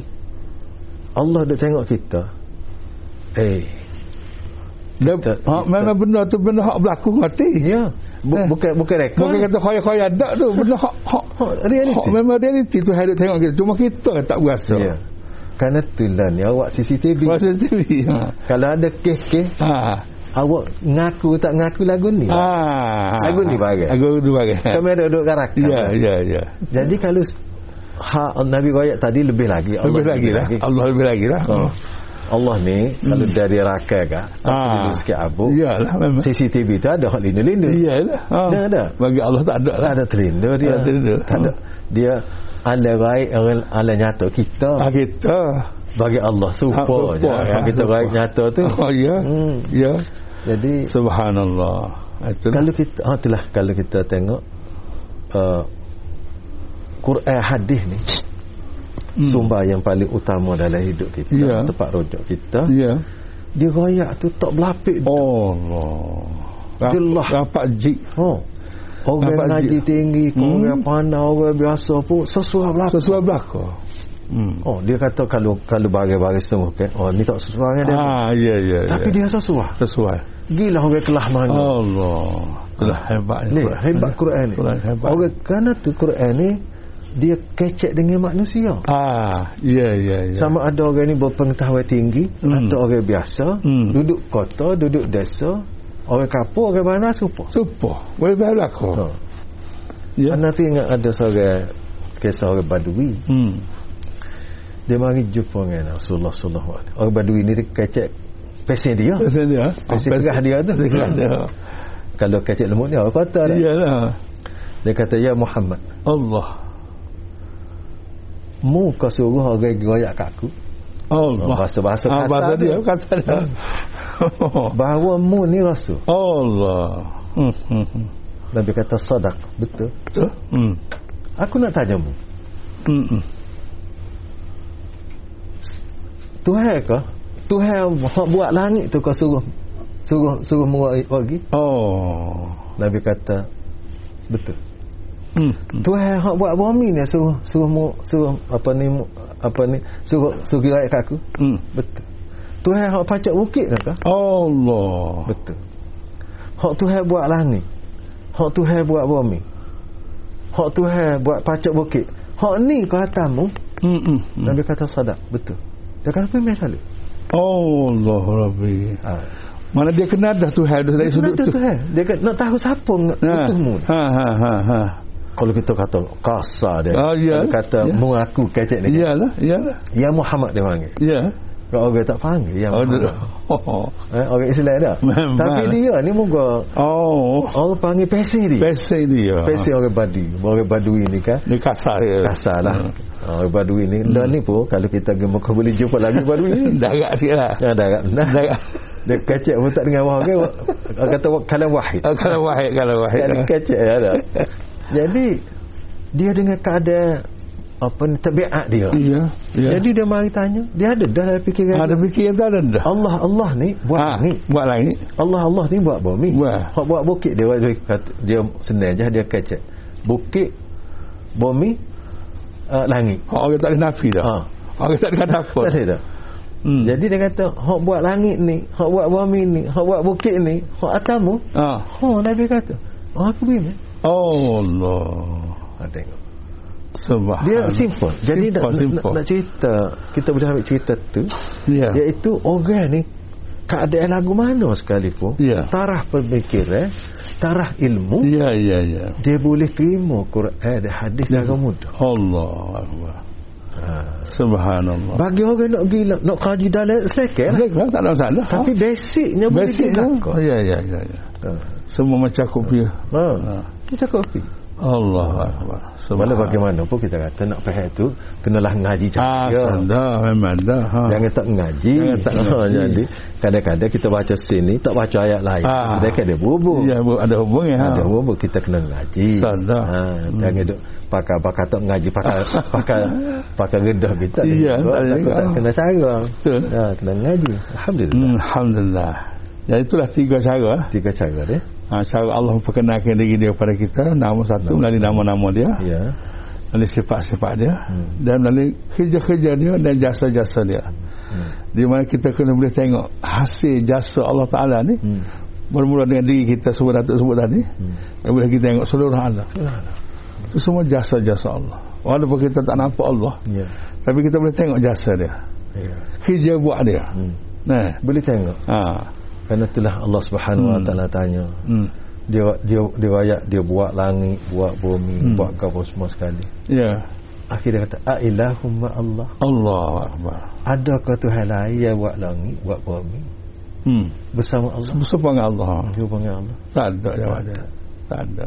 Allah duk tengok kita, eh dia ha, memang benda tu benda hak berlaku mati. Ya. Bu, eh. Bukan bukan rekod. Bukan kata khayal-khayal dak tu, benda hak hak realiti. Hak memang realiti tu hari tengok kita. Cuma kita tak berasa. Ya. Kerana itulah ni awak C C T V. C C T V. Ha. Kalau ada kes-kes, ha. awak ngaku tak ngaku lagu ni. Ah, lagu ni bagai. Lagu ni bagai. Kamera duduk karakter. Ya, ya, ya. Jadi kalau ha, Nabi Qayyad tadi lebih lagi. Allah lebih lagi lah. Allah lebih lagi lah. Oh. Allah ni hmm. kalau dari rakai kah, tak ah. sikit abu. Iyalah memang. C C T V tu ada hak lindu-lindu. Iyalah. Ha. Dia ada. Bagi Allah tak ada lah. Tak ada terlindu dia. Tak ada. Tak ada. Dia ala raik ala nyata kita. Ah, kita. Bagi Allah super je. Ya. Kita raik nyata tu. Oh ya. Hmm. Ya. Jadi subhanallah. Itulah. Kalau kita ah itulah kalau kita tengok uh, Quran hadis ni hmm. sumber yang paling utama dalam hidup kita, yeah. tempat rujuk kita. Ya. Yeah. Dia royak tu tak berlapik. Oh Allah. Jelas dapat jik. Oh. Orang ngaji tinggi, hmm. orang pandai, orang biasa pun sesuai belaka. Sesuai belaka. Hmm. Oh, dia kata kalau kalau bagai-bagai setengah kan, oh ni tak sesuai dengan dia. Ah, ya ya. Tapi ya. dia sesuai. Sesuai. Gila orang kelah mana. Allah. Itulah hebatnya. Ni hebat Quran ni. Quran hebat. Orang kerana tu Quran ni dia kecek dengan manusia. Ah, ya ya ya. Sama ada orang ni berpengetahuan tinggi hmm. atau orang biasa, hmm. duduk kota, duduk desa, orang kapur, orang mana serupa. Serupa. Boleh berlaku. Ha. Ya. Nanti ingat ada seorang kisah orang Badui. Hmm. Dia mari jumpa dengan Rasulullah sallallahu alaihi wasallam. Orang Badui ni dia kecek pesen dia. Pesen dia. Pesen kerah dia tu. Dia. Kalau kecek lemut dia orang kata dah. Iyalah. Dia kata ya Muhammad. Allah. Mu kau suruh orang goyak kat aku. Allah. Bahasa-bahasa kasar. Ah, bahasa dia kata dia. Bahawa mu ni rasul. Allah. Hmm, hmm, hmm. Nabi kata sadaq. Betul. Betul. Hmm. Aku nak tanya mu. Hmm. hmm. Tuhan ke? Tuhan buat langit tu kau suruh suruh suruh muak lagi? Oh. Nabi kata betul. Hmm. Tuhan hak buat bumi ni suruh suruh mu, suruh apa ni apa ni suruh suruh rakyat kat aku. Hmm. Betul. Tuhan hak pacak bukit ke? Allah. Betul. Hak Tuhan buat langit. Hak Tuhan buat bumi. hak Tuhan buat pacak bukit. Hak ni ke atasmu. Hmm. hmm. Nabi kata sadaq, betul. Dia kata pergi salih. Oh Allah Rabbi. Ha. Mana dia kenal dah Tuhan dari sudut tu. Tuhan. Dia kata, nak tahu siapa utuhmu. Ha ha ha ha. Kalau kita kata kasar dia. Oh, ya. Dia kata ya. Mengaku kecek ni. Iyalah, iyalah. Ya Muhammad dia panggil. Ya. Kalau orang tak panggil ya Muhammad. Oh, oh. Eh, orang Islam dah. Memang. Tapi dia ni moga oh orang panggil pesi dia. Pesi dia. Pesi orang Badui. Orang Badui ni kan. Dia kasar dia. Kasar lah. Hmm. Orang Badui ni. Hmm. Dan ni pun kalau kita pergi Mekah boleh jumpa lagi Badui ni. Darat sikitlah. Ya darat. Nah. Darat. Dia kecek pun tak dengar wahai. Orang kata kalam wahid. Oh, kalam wahid, kalam wahid. Dia kecek ya dah. Jadi dia dengan keadaan apa ni tabiat dia. Iya, iya. Jadi dia mari tanya, dia ada dah dalam fikiran. Ada fikiran tak ada dah. Allah Allah ni buat ha, langit, buat langit. Allah Allah ni buat bumi. Buat. Hak buat bukit dia dia kata dia senang je dia kecek. Bukit, bumi, uh, langit. Hak orang tak ada nafi dah. Ha. Orang tak ada apa. Tak ada. Hmm. Jadi dia kata hak buat langit ni, hak buat bumi ni, hak buat bukit ni, hak atasmu. Ha. Oh Nabi kata, oh aku begini. Oh Allah. Ha, tengok. Subhan. Dia simple. Jadi simple, nak, simple. nak, nak cerita, kita boleh ambil cerita tu. Yeah. Iaitu orang ni keadaan lagu mana sekalipun, yeah. taraf pemikiran, taraf ilmu. Ya, ya, ya. Dia boleh terima Quran dan hadis yeah. dengan mudah. Allah Akbar. Ha. Subhanallah. Bagi orang nak gila, nak kaji dalam selekeh lah. Tak ada masalah. Tapi ha? basicnya basicnya. Ya, ya, ya. ya. Ha. Semua mencakup dia. Ha. ha. Mencakup dia. Allah Akbar. Walau bagaimana pun kita kata nak faham tu kenalah ngaji cakap. Ah, dah memang dah. Ha. Jangan tak ngaji. Jangan tak ngaji. Jadi kadang-kadang kita baca sini tak baca ayat lain. Ah. Sedangkan dia berhubung. Ya, ada hubungnya. Ha. Ada hubung kita kena ngaji. Sadah. Ha, hmm. Jangan duk pakai-pakai tak ngaji pakai pakai pakai redah kita. Ya, tak kena cara. Betul. Ha, kena ngaji. Alhamdulillah. Hmm, alhamdulillah. Ya itulah tiga cara. Tiga cara dia. Ha, cara Allah memperkenalkan diri dia kepada kita. Nama satu melalui nama-nama dia. Ya. Melalui sifat-sifat dia. Hmm. Dan melalui kerja-kerja dia dan jasa-jasa dia. Hmm. Di mana kita kena boleh tengok hasil jasa Allah Ta'ala ni. Hmm. Bermula dengan diri kita sebut Datuk sebut tadi. Hmm. Dan boleh kita tengok seluruh alam. Itu semua jasa-jasa Allah. Walaupun kita tak nampak Allah. Ya. Tapi kita boleh tengok jasa dia. Ya. Kerja buat dia. Hmm. Nah. Boleh tengok. Haa. Kerana itulah Allah Subhanahu Wa Taala tanya. Hmm. Dia dia dia wayak dia buat langit, buat bumi, hmm. buat apa semua sekali. Ya. Yeah. Akhirnya kata a ilahumma Allah. Allahu Akbar. Adakah Tuhan lain yang buat langit, buat bumi? Hmm. Bersama Allah. Bersama dengan Allah. Bersama dengan Allah. Tak ada jawapan. Tak ada.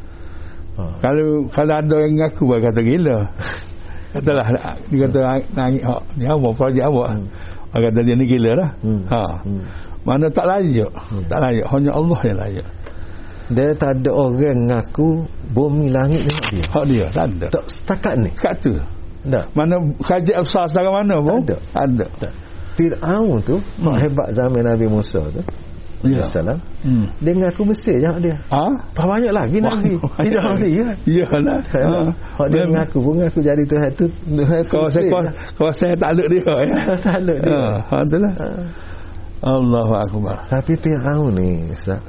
Ha. Kalau kalau ada yang ngaku buat kata gila. Katalah dia kata langit hak ni apa projek apa. Hmm. Orang kata dia ni gila lah. Hmm. Ha. Hmm. Mana tak layak. Hmm. Tak layak. Hanya Allah yang layak. Dia tak ada orang ngaku bumi langit ni hak dia. Hak dia. Tak ada. Tak setakat ni. Kat tu. Tak. Mana kerajaan besar sekarang mana pun? Tak ada. Tak ada. Tak. Fir'aun tu, hmm. hebat zaman Nabi Musa tu. Ya. Salam. Hmm. Dia ngaku Mesir je hak dia. Ha? Banyak lagi Nabi. Tidak dia. Iyalah. Ha. Hak dia ngaku pun ngaku jadi Tuhan tu. Kawasan kawasan takluk dia ya. Takluk dia. Ha, itulah. Ha. Allahu Akbar. Tapi Fir'aun ni Ustaz,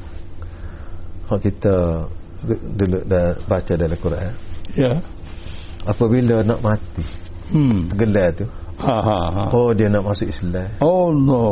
kalau kita dulu dah baca dalam Quran, ya, apabila nak mati, hmm. tergelar tu, ha, ha, ha. oh dia nak masuk Islam. Oh no.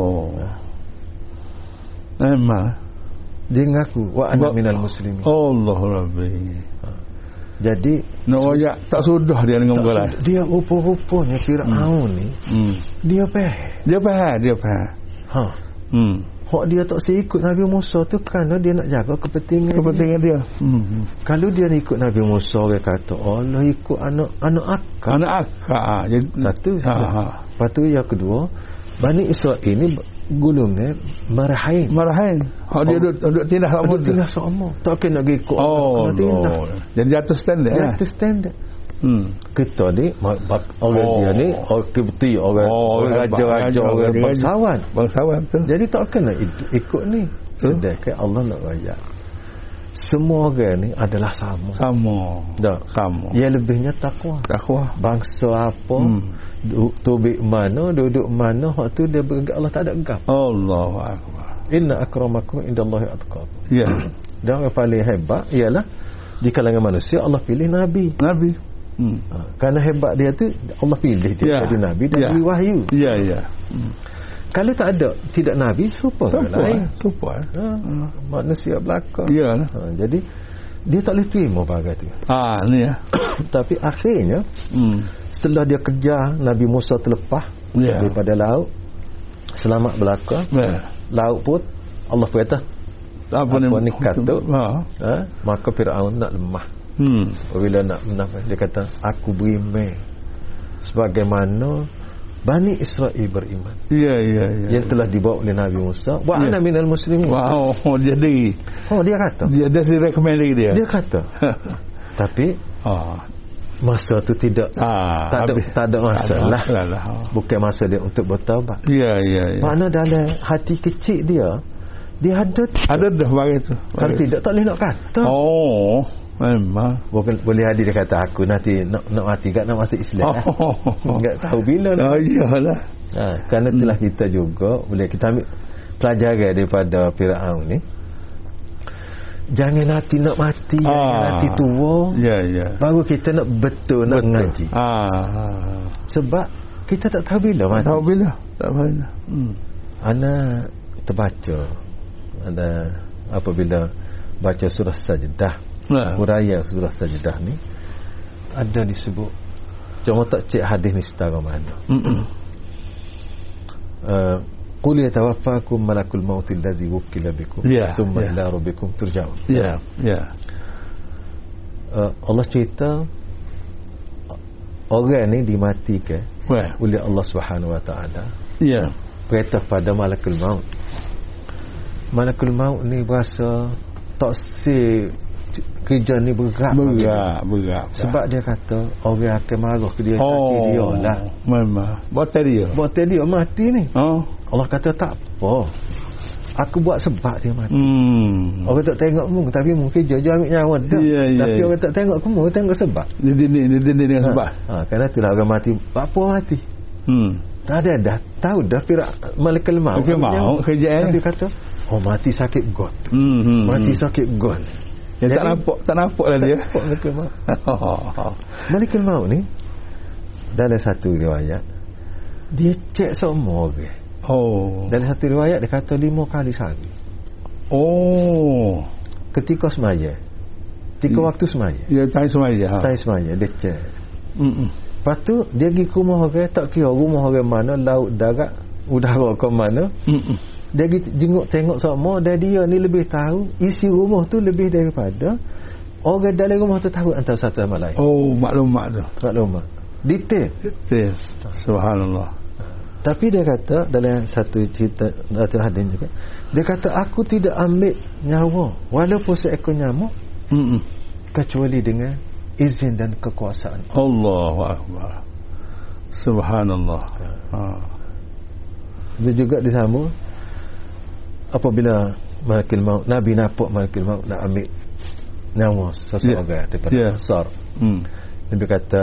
Memang dia ngaku wa ana minal muslimin. Allah Rabbi. Ha. Jadi nak wayak tak sudah dia dengan Quran. Dia rupa-rupanya Fir'aun hmm. ni, hmm. dia faham. Dia faham, dia faham. Ha. Hmm. Hak dia tak seikut Nabi Musa tu kerana dia nak jaga kepentingan kepentingan dia. dia. Hmm. Kalau dia ikut Nabi Musa, dia kata Allah ikut anak anak akak. Anak akak. Jadi satu. Ha, ha. Lepas tu yang kedua, Bani Israel ni gulungnya marahin. Marahin. Hak dia duduk duduk tindah sama. Duduk tindah sama. Tak kena pergi ikut. Oh, no. Jadi jatuh standard. Jatuh standard. Hmm. Kita ni orang oh. dia ni orang kibti, orang oh, orang raja-raja, orang bangsawan. Bangsawan betul. Jadi tak kena ikut ni. Sedangkan Allah nak raya. Semua orang ni adalah sama. Sama. Tak sama. Yang lebihnya takwa. Takwa. Bangsa apa? Hmm. Tubik mana, duduk mana, hak tu dia bergak Allah tak ada gap. Allahu Akbar. Inna akramakum indallahi atqakum. Ya. Dan yang paling hebat ialah Di kalangan manusia Allah pilih Nabi. Nabi. Hmm. Ha, kerana hebat dia tu Allah pilih dia ya. jadi Nabi dan ya. beri wahyu. Ya, ya. Hmm. Kalau tak ada, tidak Nabi, siapa orang lain? Siapa? Ha, hmm. Manusia belaka. Ya. Ha, jadi dia tak boleh terima bagai tu. Ah, ni ya. Tapi akhirnya Hmm. setelah dia kejar Nabi Musa terlepas ya. daripada laut, selamat belaka. Ya. Laut pun Allah berkata apa, apa ni, ni kata ha. ha? Maka Fir'aun nak lemah. Hmm. Bila nak menang, dia kata aku beriman sebagaimana Bani Israel beriman. Ya, ya, ya. Yang telah dibawa oleh Nabi Musa. Wa ya. ana minal muslimin. Wow, jadi. Oh, dia kata. Dia dah recommend dia. Dia kata. Tapi ah. masa tu tidak ah, tak ada habis. tak ada masalah. Tak ada. Bukan masa dia untuk bertaubat. Ya, ya, ya. Makna dalam hati kecil dia dia ada ada dah bagi tu. Kalau tidak tak boleh nak kata. Oh, memang. Bukan, boleh hadir dia kata aku nanti nak nak mati kat nak masuk Islam. Oh. Enggak tahu bila. Oh, iyalah. Ha, kerana itulah hmm. kita juga boleh kita ambil pelajaran daripada Firaun ni. Jangan hati nak mati, ah. jangan hati tua. Ya, ya. Baru kita nak betul, betul. nak mengaji. Ah. Sebab kita tak tahu bila mati. Tak tahu bila. Tak tahu bila. Hmm. Ana terbaca ada apabila baca surah Sajdah. Nah. Huraian surah Sajdah ni ada disebut. Cuma tak cek hadis ni setara mana. Uh, Qul yatawaffakum malakul maut alladhi wukila bikum yeah, thumma yeah. ila rabbikum turja'un. Ya, ya. Allah cerita orang ni dimatikan well. oleh Allah Subhanahu wa taala. Ya. Yeah. Perintah pada malakul maut. Malakul maut ni berasa tak si kerja ni berat berat, berat sebab dia kata orang akan marah ke dia oh, sakit dia lah memang buat dia buat dia mati ni oh. Allah kata tak apa aku buat sebab dia mati hmm. orang tak tengok mu tapi mungkin dia ambil nyawa dia yeah, yeah, tapi yeah. orang tak tengok kamu tengok sebab dia dia dia dia dengan sebab ha, ha, kerana itulah orang mati apa mati hmm. tak ada dah tahu dah Firak malaikat maut okay, maut kerja tapi kata oh mati sakit got hmm, hmm, mati hmm. sakit got. Yang tak nampak tak nampak lah dia. Malaikat maut. Malaikat maut ni dalam satu riwayat dia cek semua orang. Oh. Dalam satu riwayat dia kata lima kali sehari. Oh. Ketika semaya. Ketika hmm. waktu semaya. Ya time semaya. Ha. Time semaya dia cek. Hmm. Lepas tu dia pergi ke rumah orang tak kira rumah orang mana, laut, darat, udara ke mana. Hmm. Dia pergi jenguk tengok semua dan dia ni lebih tahu isi rumah tu lebih daripada orang dalam rumah tu tahu antara satu sama lain. Oh, maklumat tu. Maklumat. Detail. Detail. Subhanallah. Tapi dia kata dalam satu cerita Datuk Hadin juga, dia kata aku tidak ambil nyawa walaupun seekor nyamuk mm-mm. kecuali dengan izin dan kekuasaan Allahu Akbar. Subhanallah. Ha. Dia juga disambung apabila malakul maut Nabi nampak malakul maut nak ambil nyawa seseorang yeah. daripada yeah. besar. Hmm. Nabi kata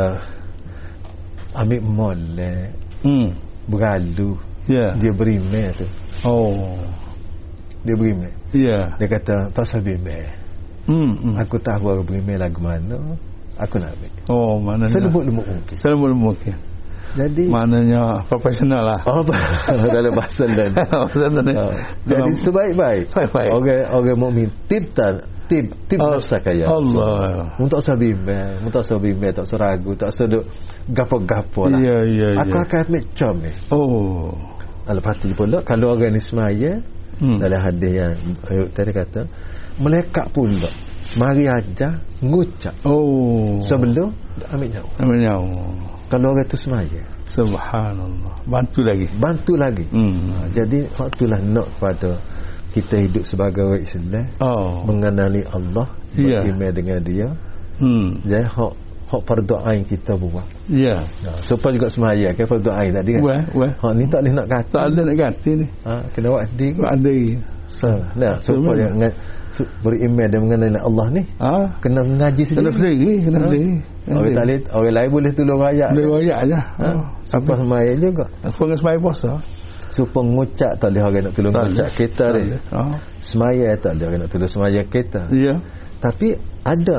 ambil molek. Hmm. Berlalu. Yeah. Dia berimeh tu. Oh. Dia berimeh. Yeah. Dia kata tak usah berimeh. Hmm. hmm. Aku tahu aku berimeh lagu mana. Aku nak ambil. Oh, mana selembut-lembut mungkin. Selembut-lembut mungkin. Jadi maknanya profesional lah. Oh, dalam bahasa lain. Oh, jadi sebaik-baik. Orang orang mukmin tip tan tip tip oh, sakaya. Allah. Untuk sabime, untuk sabime tak seragu, tak seduk gapo-gapo lah. Ya, ya, ya. Aku akan ambil com ni. Oh. Lepas tu pula kalau orang ni semaya hmm. dalam hadis yang tadi kata melekat pula. Mari aja ngucap. Oh. Sebelum ambil nyawa. Ambil nyawa. Kalau orang tu semaya. Subhanallah. Bantu lagi. Bantu lagi. Hmm. Ha, jadi waktulah nak pada kita hidup sebagai orang Islam. Oh. Mengenali Allah. Yeah. Beriman dengan dia. Hmm. Jadi hak hak fardu ain kita buat. Ya. Yeah. Ha, supaya juga semaya kan fardu ain tadi kan. Wah, wah. Hak ni tak boleh nak kata. Tak ada nak kata ni. Ha, kena buat hati. Buat hati. So, nah, supaya dengan beriman dan mengenali Allah ni ha? Kena ngaji sendiri. Kena sendiri, kena ha? sendiri. Orang tak boleh, orang lain boleh tolong rakyat. Boleh rakyat aja. Ha? Apa semaya juga. Apa dengan semaya puasa? Supaya ngucap tak boleh orang nak tolong ngucap kita ni. Ha? Semaya tak boleh orang nak tolong semaya kita. Ya. Tapi ada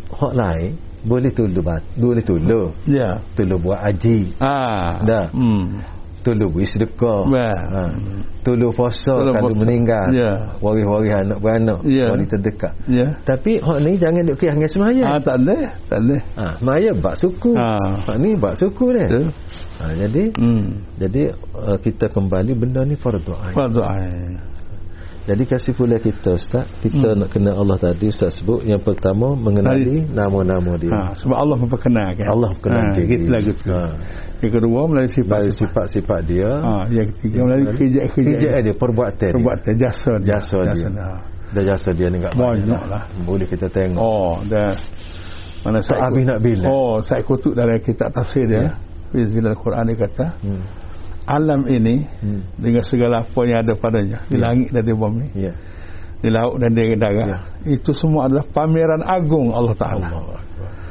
hak lain boleh tolong bat, boleh tolong. Ya. Tolong buat haji. Ah. Dah. Hmm. Tolong beri sedekah. Ha. Tolong puasa Tolong kalau puasa. meninggal. Ya. Waris-waris anak beranak, Ya. waris terdekat. Ya. Tapi hak ni jangan duk kira dengan semaya. Ah, tak boleh, tak boleh. Ha, semaya bab suku. Ha. Hak ni bab suku dia. Betul. Ha, jadi Hmm. jadi uh, kita kembali benda ni fardu ain. Fardu ain. Jadi kasih pula kita Ustaz, kita hmm. nak kenal Allah tadi Ustaz sebut yang pertama mengenali nama-nama dia. Ha, sebab Allah memperkenalkan. Allah perkenalkan ha, diri. Gitu lah gitu. Ha. Yang kedua melalui Melalui sifat-sifat. sifat-sifat dia. Ha, yang ketiga melalui kerja-kerja kerja dia, perbuatan perbuatan dia. jasa dia. Jasa dia. Jasa dia. Dah jasa dia ni enggak banyak lah. Boleh kita tengok. Oh, dah. Mana tak habis nak bila. Oh, saya kutub dalam kitab tafsir dia. Fi Zilal Quran dia kata, hmm. alam ini hmm. dengan segala apa yang ada padanya di yeah. langit dan di bumi. Ya. Yeah. Di laut dan di darat. Ya. Itu semua adalah pameran agung Allah Taala. Allah.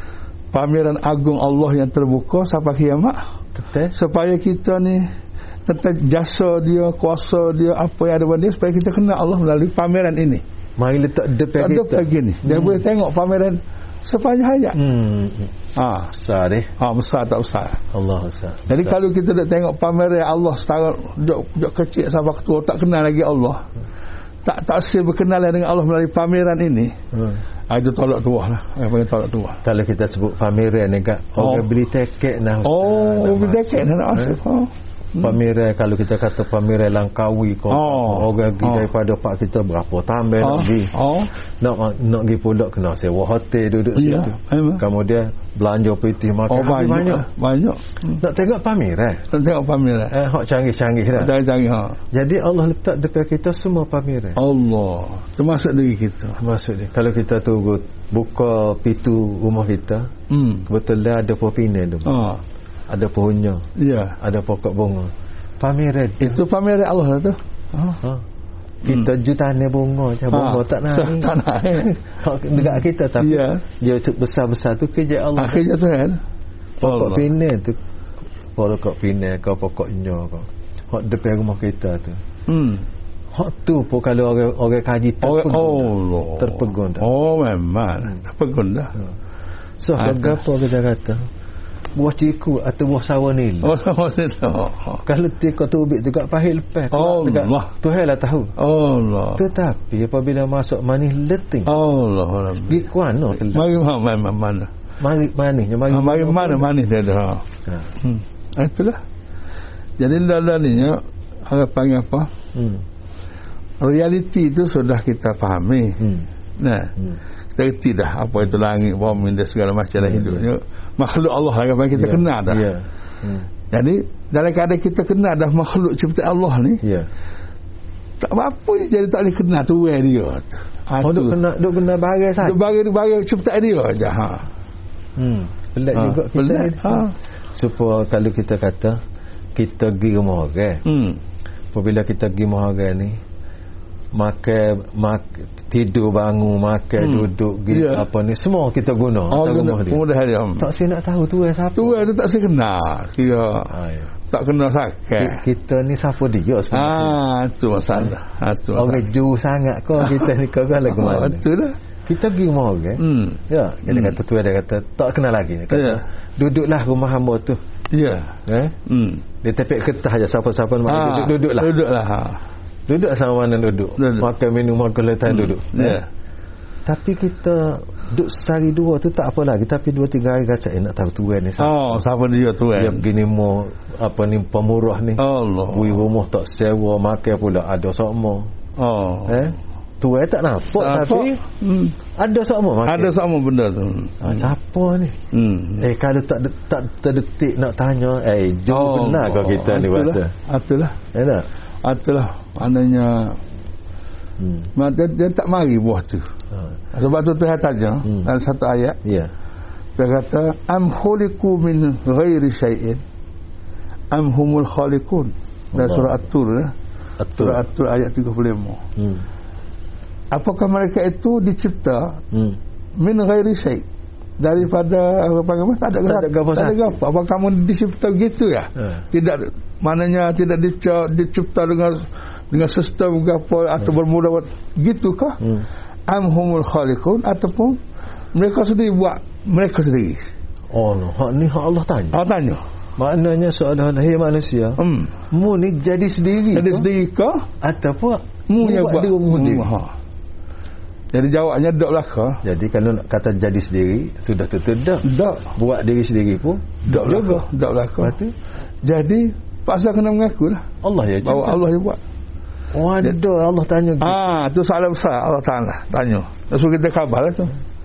Pameran agung Allah yang terbuka sampai kiamat. Betul. Supaya kita ni tentang jasa dia, kuasa dia, apa yang ada pada dia, supaya kita kenal Allah melalui pameran ini. Mari letak depan kita. Depan gini. Dia hmm. boleh tengok pameran sepanjang hayat. Hmm. Ha, besar deh. Ha, besar tak besar. Allah besar. Jadi besar. kalau kita nak tengok pameran Allah setara jok kecil sampai ketua tak kenal lagi Allah. Tak tak sel berkenalan dengan Allah melalui pameran ini. Hmm. Ha, itu tolak tuah lah. Yang panggil tolak tuah. Kalau kita sebut pameran ni kat oh. orang beli tiket nah. Oh, beli tiket nak masuk. Ha. Pameran kalau kita kata pameran Langkawi kau oh. orang pergi oh. daripada pak kita berapa tambah oh. nak pergi oh. nak nak pergi pula kena sewa hotel duduk yeah. situ Aima. Kemudian belanja peti makan oh, banyak banyak, banyak. Hmm. nak tengok pameran nak tengok pameran eh hak canggih-canggih dah canggih ha. Jadi Allah letak depan kita semua pameran Allah termasuk diri kita termasuk dia kalau kita tunggu buka pintu rumah kita hmm. kebetulan ada popine tu ha. Ada pohonnya, ya. Ada pokok bunga. Pameran itu pameran Allah tu. Ha. Ha. Kita hmm. jutaan bunga, je bunga ha. tak naik. Tak naik. Dekat kita tapi ya. Dia besar-besar tu kerja Allah. Ha, kerja Tuhan. Pokok pinang tu, pokok pinang kau pokoknya kau. Hak depan rumah kita tu. Hmm. Hak tu pun kalau orang orang kaji terpegun. Oh, terpegun dah. Oh memang hmm. terpegun dah. So apa kita kata? Buah ciku atau buah sawan ni. Oh, sawan ni. Kalau tiko tu ubik tu kat pahil lepas. Oh, Allah. Tuhan lah tahu. Oh, Allah. Tetapi apabila masuk manis leting. Oh, Allah. Di kuano. Mari mana mana. Mari manisnya. Mari, ha, mari mana manis dia dah. Ha. Hmm. Itulah. Jadi dalam ni orang panggil apa? Hmm. Realiti itu sudah kita fahami. Hmm. Nah. Hmm. Kita kerti dah apa itu langit, bumi dan segala macam yeah, hidupnya. Yeah. Makhluk Allah lah kita yeah, kenal dah. Yeah. Hmm. Jadi dalam keadaan kita kenal dah makhluk ciptaan Allah ni. Yeah. Tak apa je jadi tak boleh kenal tu dia. Ha, oh, duk kena duk kena barang saja. Duk barang barang ciptaan dia aja. Ha. Hmm. Pelik ha. juga kita ni. Ha. Supaya kalau kita kata kita pergi rumah orang. Hmm. Apabila kita pergi rumah orang ni makan mak tidur bangun makan hmm. duduk gitu yeah. apa ni semua kita guna oh, rumah dia. Mudah dia. Tak saya nak tahu tu siapa. Tu dia tak saya kenal. Kira ah, ya. tak kenal sakit. Kita ni siapa dia sebenarnya. Ah tu masalah. Ah tu. Orang jauh sangat kau kita ni kau kan lagu mana. Betul lah. Kita pergi rumah orang. Hmm. Ya, dia hmm. kata tu dia kata tak kenal lagi. Kata, yeah. duduklah rumah hamba tu. Ya. Yeah. Eh? Hmm. Dia tepek ketah aja siapa-siapa nak ah, duduk duduklah. Duduklah. Ha. Duduk sama mana duduk. duduk makan minum makan letak hmm. duduk ya. Yeah. Tapi kita duduk sehari dua tu tak apa lagi tapi dua tiga hari kacak eh, nak tahu tuan ni siapa. Oh siapa dia tuan dia begini mau apa ni pemurah ni Allah wi rumah tak sewa makan pula ada sokmo oh eh tuan tak nampak tak tapi hmm. ada sokmo makan ada sokmo benda tu ah, siapa ni hmm. eh kalau tak tak terdetik nak tanya eh jom oh, benar kau kita oh, ni baca itulah enak itulah maknanya hmm. dia, dia tak mari buah tu ha. Sebab tu Tuhan tanya hmm. dalam satu ayat yeah. dia kata am khuliqu min ghairi syai'in am humul khaliqun dalam surah At-Tur ya? surah At-Tur ayat tiga puluh lima hmm. apakah mereka itu dicipta hmm. min ghairi syai' daripada apa nama tak ada tak ada apa apa kamu dicipta gitu ya ha. Tidak maknanya tidak dicipta, dicipta dengan dengan sistem gapo atau bermula gitukah hmm. am humul khaliqun ataupun Mereka sendiri buat, mereka sendiri. Oh no, hak ni hak Allah tanya. Allah tanya. Maknanya seolah-olah hey manusia, hmm. mu ni jadi sendiri jadi ke? sendiri ke? Ataupun mu yang buat diri mu sendiri? Ha. Jadi jawabnya tak belaka. Jadi kalau nak kata jadi sendiri, sudah tentu dak. Dak. Buat diri sendiri pun dak juga, dak belaka. Jadi pasal kena mengaku lah. Allah ya juga. Bahawa Allah yang buat. Oh ada Allah tanya gitu. Ah, tu soalan besar Allah Taala tanya. So kita khabar lah tu.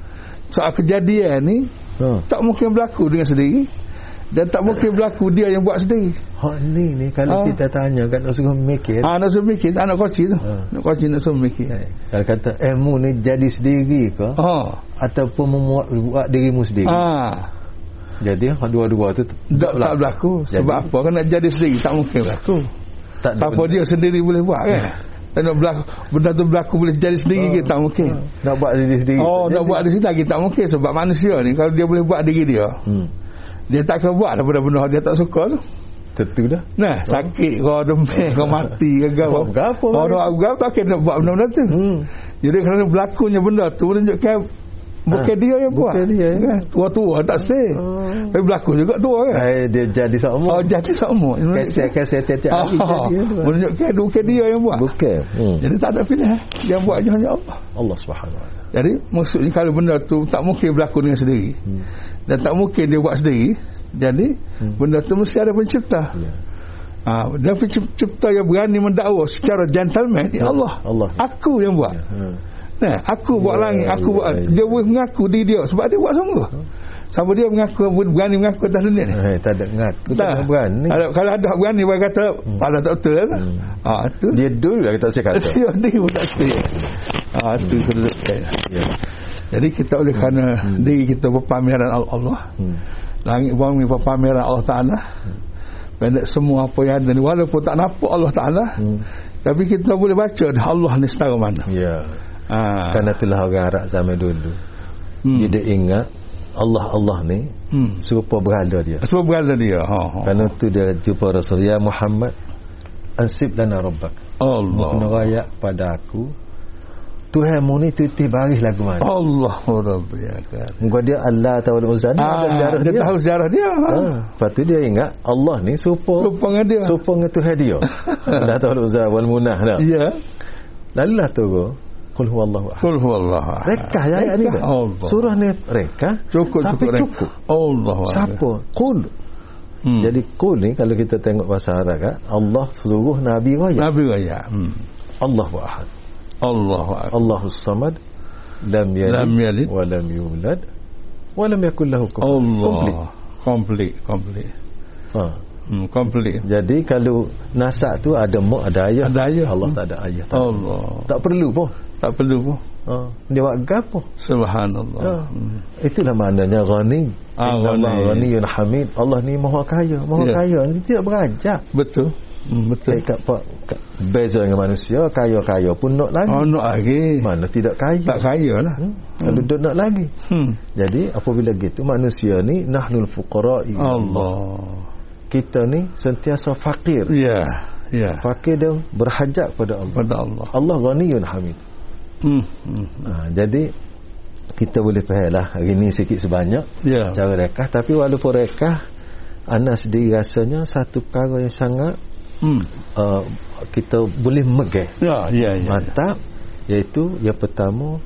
Soal kejadian ni ha. tak mungkin berlaku dengan sendiri dan tak mungkin berlaku dia yang buat sendiri. Hak ni ni kalau ha. kita tanya kan nak suruh mikir. Ah, nak suruh mikir anak kecil tu. Ha. Nak kecil nak suruh mikir. Ha. Kalau kata ilmu ni jadi sendiri ke? Ha. Ataupun membuat buat dirimu sendiri. Ha. Jadi dua-dua tu tak berlaku. berlaku. Sebab jadi, apa kan nak jadi sendiri tak mungkin berlaku. Tak siapa benda. Dia sendiri boleh buat kan? Tak nak berlaku, benda tu berlaku boleh jadi sendiri oh, ke tak mungkin. Oh. Nak buat diri sendiri. Oh, nak buat diri sendiri lagi tak mungkin sebab manusia ni kalau dia boleh buat diri dia. Hmm. Dia tak akan buat benda-benda dia tak suka tu. Tentu dah. Nah, oh. sakit kau demam kau mati ke apa. Apa? Orang agak tak kena buat benda-benda tu. Hmm. Jadi kerana berlakunya benda tu menunjukkan bukan ha, dia yang buat. Bukan dia kan. Tua-tua tak say. Oh. Tapi berlaku juga tua kan. Hai, dia jadi sama. Oh, jadi sama. Kasih-kasih tiap-tiap hari oh, jadi. Menunjukkan bukan dia yang buat. Bukan. Hmm. Jadi tak ada pilihan. Yang buat hanya Allah. Allah Subhanahu Wa Taala. Jadi maksudnya kalau benda tu tak mungkin berlaku dengan sendiri. Hmm. Dan tak mungkin dia buat sendiri. Jadi hmm. benda tu mesti ada pencipta. Ya. Ah, dan pencipta yang berani mendakwa secara gentleman ya Allah. Allah. Aku yang buat. Ya. Hmm. Nah, aku buat ya, langit, aku ya, buat. Ya. Dia boleh mengaku diri dia sebab dia buat sungguh. Siapa dia mengaku berani mengaku atas dunia ni? Eh, tak ada mengaku, tak, tak ada berani. Kalau, kalau ada berani dia kata, hmm. pada tak betul. Hmm. Ah, tu. Dia dulu lah kita saya kata. Dia dia pun tak setuju. Ah, tu kedua. Ya. Jadi kita oleh kerana hmm. diri kita berpameran Allah. Hmm. Langit bumi berpameran Allah Taala. Hmm. Pendek semua apa yang ada ni walaupun tak nampak Allah Taala. Hmm. Tapi kita boleh baca dah Allah ni setara mana. Ya. Ah. Kerana itulah orang Arab zaman dulu. Hmm. Dia, dia ingat Allah Allah ni hmm. serupa berhala dia. Serupa berhala dia. Ha, ha. Kerana itu dia jumpa Rasul, ya Muhammad, ansib lana rabbak. Allah. Kena rayak pada aku. Tuhanmu ni titih baris lagu mana? Allah Rabbi ya kan. Muka dia Allah Ta'ala Uzan. Ah, sejarah dia. Dia tahu sejarah dia. Ha. Ha. Lepas tu dia ingat Allah ni serupa. Serupa dengan dia. Serupa dengan Tuhan dia. Allah Ta'ala Uzan wal munah dah. Ya. Lalu lah tu Qul huwallahu ahad. Qul huwallahu ahad. Rekah ya ayat ni. Surah ni rekah. Cukup tapi cukup. cukup. Allah. Siapa? Qul. Hmm. Jadi qul ni kalau kita tengok bahasa Arab kan, Allah suruh Nabi raya. Nabi raya. Hmm. Allahu ahad. Allahu akbar. Allahus samad lam yalid, lam yalid wa lam yulad wa lam yakul lahu kufuwan Allah. Complete, complete. Ha. Hmm, complete. Jadi kalau nasab tu ada mak ada ayah. Ada ayah. Allah hmm. tak ada ayah. Tak Allah. Tak perlu pun. Tak perlu pun. Ha. Dia buat gapo? Subhanallah. Ha. Hmm. Itulah maknanya ghani. Ah, Allah ghaniyun hamid. Allah ni maha kaya, maha yeah. kaya. Ni tidak berajak. Betul. Hmm, betul. Kat pak beza dengan manusia, kaya-kaya pun nak lagi. Oh, nak lagi. Mana tidak kaya. Tak kaya lah. Hmm. Kalau hmm. duduk nak lagi. Hmm. Jadi apabila gitu manusia ni nahnul fuqara'i. Allah. Kita ni sentiasa fakir. Ya, yeah. ya. Yeah. Fakir dia berhajat pada Allah. Pada Allah. Allah ghaniyun hamid. Hmm. hmm. Ha, jadi kita boleh fahamlah hari ni sikit sebanyak yeah. cara rekah, tapi walaupun rekah ana sendiri rasanya satu perkara yang sangat Hmm. Uh, kita boleh megah ya, ya, ya, mantap ya. Iaitu yang pertama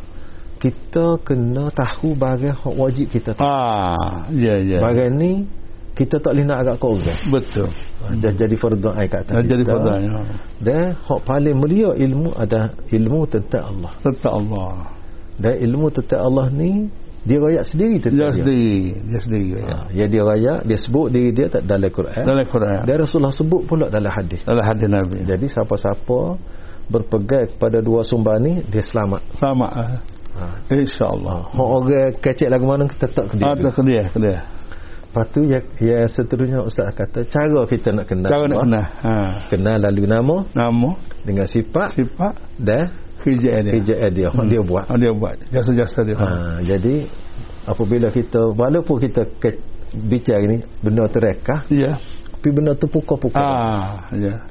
kita kena tahu barang hak wajib kita tahu. Ah, ya, ya. Barang ni kita tak boleh nak agak kau orang. Betul. Dah hmm. jadi fardu ain kat atas. Dah jadi fardu ain. Dan hak paling mulia ilmu ada ilmu tentang Allah. Tentang Allah. Dan ilmu tentang Allah ni dia rayak sendiri tentang dia. Dia sendiri, dia sendiri rayak. Ha, ya dia rayak, dia sebut diri dia tak dalam Quran. Dalam Quran. Dan Rasulullah sebut pula dalam hadis. Dalam hadis Nabi. Jadi siapa-siapa berpegang kepada dua sumber ni dia selamat. Selamat. Ha. Insya-Allah. Ha, orang kecil lagu mana kita tak ke dia. Ada ke dia, ke dia. Lepas tu ya, ya seterusnya ustaz kata cara kita nak kenal. Cara nak kenal. Ha. Kenal lalu nama, nama dengan sifat, sifat dan kerjaan dia. Kerjaan dia. Hmm. Dia buat. Dia buat. Jasa-jasa dia. Ha, jadi apabila kita walaupun kita ke, bicara ni benda tu rekah. Ya. Tapi benda tu pukul-pukul. Ah, ya.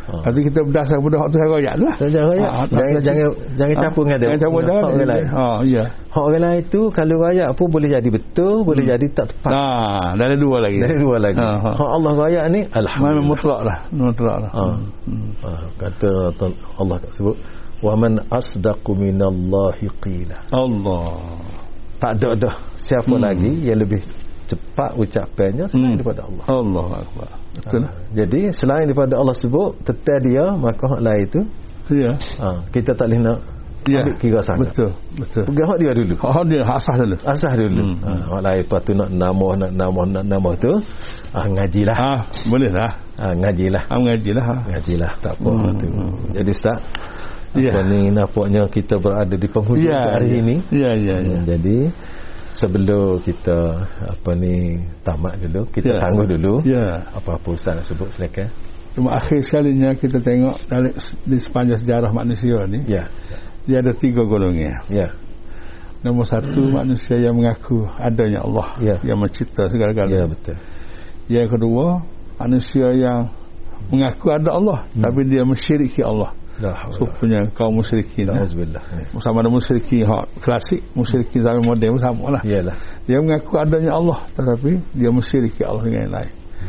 Ha. Nanti kita berdasar pada hak tu royak lah. Jangan royak. Ha, jangan jangan jangan campur dengan dia. Jangan campur dengan orang lain. Ha, ya. Hak orang lain tu kalau royak pun boleh jadi betul, hmm. boleh jadi tak tepat. Ha, ada dua lagi. Ada dua lagi. Ha, ha. Hak Allah royak ni alhamdulillah. Mutlak lah, mutlak lah. Ha. Hmm. Ha. Kata Allah sebut wa man asdaqu minallahi qila. Allah. Tak ada dah siapa hmm. lagi yang lebih cepat ucapannya selain hmm. daripada Allah. Allah Akbar. Betul. Ha. Jadi selain daripada Allah sebut tetap dia, maka hak lain itu ya. Ha. Kita tak boleh nak ya. ambil kira sangat. Betul. Betul. Pegang hak dia dulu. Hak dia asah dulu. Asah dulu. Hmm. Ha. Hak lain lepas tu nak nama nak nama nak nama tu ah ngajilah. Ah boleh lah. Ah ngajilah. Ah ngajilah. Ha. Ngajilah tak apa hmm. tu. Jadi Ustaz ya. Apa ni nampaknya kita berada di penghujung ya, hari ya. ini. Ya ya ya. Hmm, jadi sebelum kita apa ni tamat dulu, kita ya. tangguh dulu. Ya. Apa-apa Ustaz nak sebut silakan. Cuma akhir sekalinya kita tengok dari di sepanjang sejarah manusia ni. Ya. Dia ada tiga golongan. Ya. Nombor satu hmm. manusia yang mengaku adanya Allah ya. yang mencipta segala-galanya. Ya betul. Yang kedua, manusia yang mengaku ada Allah hmm. tapi dia mensyiriki Allah. Supaya kaum musyrikin sama ada musyrikin hak klasik, musyrikin zaman moden pun sama lah. Yalah. Dia mengaku adanya Allah tetapi dia musyrikin Allah dengan yang lain.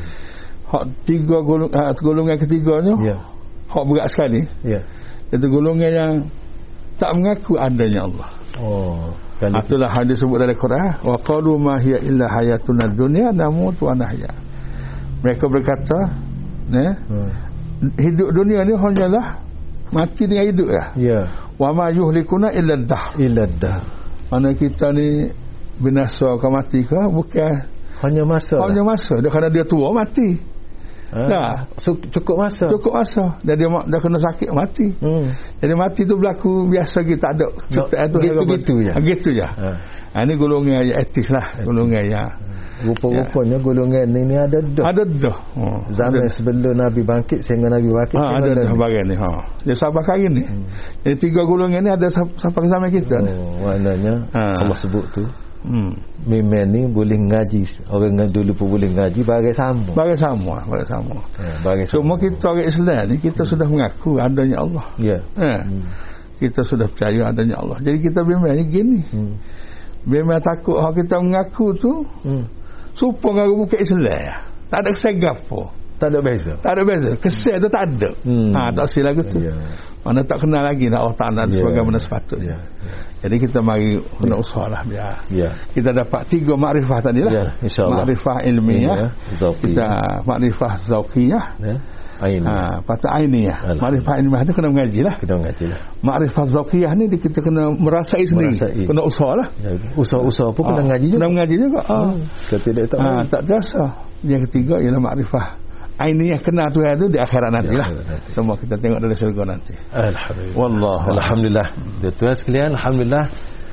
Hak tiga golongan, golongan ketiganya ya. hak berat sekali. Ya. Itu golongan yang tak mengaku adanya Allah. Oh, kan itulah hadis sebut dalam Quran, wa qalu ma hiya illa hayatuna dunya namutu wa nahya. Mereka berkata, ne? Hmm. Hidup dunia ni hanyalah mati dengan hidup ya. Ya. Wa ma yuhlikuna illa dah. Illa dah. Mana kita ni binasa ke mati ke bukan hanya masa. Hanya lah. masa. Dia kerana dia tua mati. Ha. Dah. Cukup masa. Cukup masa. Dia dia dah kena sakit mati. Hmm. Jadi mati tu berlaku biasa kita tak ada. Kita no, gitu-gitu je. Gitu je. Ha. Ha, ini golongan yang etis lah. Etis. Golongan yang rupa-rupanya ya. golongan ini ada dah. Ada dah. Oh, zaman ada. Sebelum Nabi bangkit sehingga Nabi bangkit. Ha, ada dah bagian ni. Ha. Dia sampai kali ni. Hmm. Jadi tiga golongan ni ada sampai zaman kita. Oh, maknanya ha. Allah sebut tu. Hmm. Memang ni boleh ngaji. Orang dulu pun boleh ngaji bagai sama. Bagai sama, bagai sama. Ha, bagai sama. Cuma kita orang Islam ni kita hmm. sudah mengaku adanya Allah. Ya. Ha. Hmm. Kita sudah percaya adanya Allah. Jadi kita memang ni gini. Hmm. Memang takut hak kita mengaku tu. Hmm. Supaya orang bukan Islam. Tak ada kesan apa. Tak ada beza. Tak ada beza. Kesan tu tak ada. Hmm. Ha, tak silap tu. Ya. Mana tak kenal lagi nak Allah Ta'ala yeah. sebagaimana sepatutnya. Yeah. Yeah. Jadi kita mari kena yeah. usahalah biar yeah. kita dapat tiga makrifah tadi lah. Yeah, makrifah ilmiah, yeah. kita makrifah zauqiyah, yeah. ha, patah ainiyah. Makrifah ilmiah tu kena mengaji lah. Kena mengaji lah. Makrifah zauqiyah ni kita kena merasai sendiri. Merasai. Kena usahalah. Yeah. Usaha-usaha pun kena mengaji juga. Kena mengaji juga. Hmm. Ha. Tidak tak, ha, tak terasa. Yang ketiga ialah makrifah ini yang kena tu itu di akhirat nanti lah. Semua kita tengok dari syurga nanti. Alhamdulillah. Wallah. Alhamdulillah. Tuan sekalian, alhamdulillah.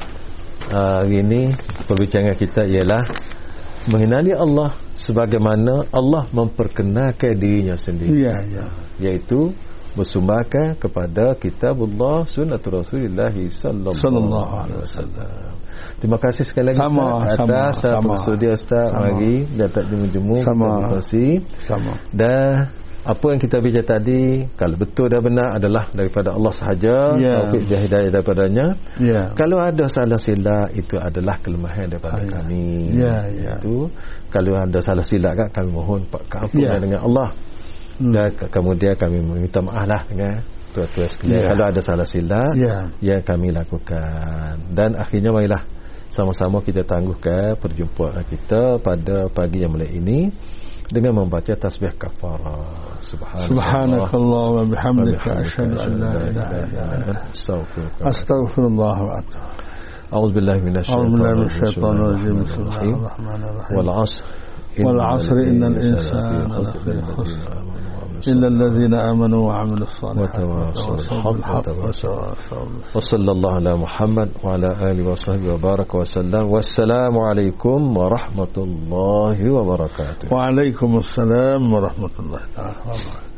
Uh, hari ini perbincangan kita ialah mengenali Allah sebagaimana Allah memperkenalkan dirinya sendiri. Ya, ya. Yaitu bersumberkan kepada kitabullah sunnah Rasulullah sallallahu alaihi wasallam. Terima kasih sekali lagi sama, Ustaz atas sama, studio Ustaz mari datang jemu-jemu sama, sama. Dan apa yang kita bincang tadi kalau betul dan benar adalah daripada Allah sahaja, yeah. taufik dan hidayah daripadanya. Yeah. Kalau ada salah silap itu adalah kelemahan daripada ah, kami. Yeah, yeah. Itu kalau ada salah silap kan kami mohon keampunan yeah. dengan Allah. Hmm. Dan kemudian kami meminta maaf lah dengan tuan-tuan sekalian yeah. kalau ada salah silap yeah. yang kami lakukan. Dan akhirnya marilah sama-sama kita tangguhkan perjumpaan kita pada pagi yang mulia ini dengan membaca tasbih kafarah. Subhanakallah wa bihamdika asyhadu an la ilaha illa anta astaghfirullah wa atubu. A'udzu billahi minasyaitonir rajim. Bismillahirrahmanirrahim. Wal 'ashr wal 'asr innal insana lafi khusr إلا الذين آمنوا وعملوا الصالحات وتواصوا بالحق وتواصوا. وصلى الله على محمد وعلى آله وصحبه وبارك وسلم. والسلام عليكم ورحمة الله وبركاته. وعليكم السلام ورحمة الله تعالى وبركاته.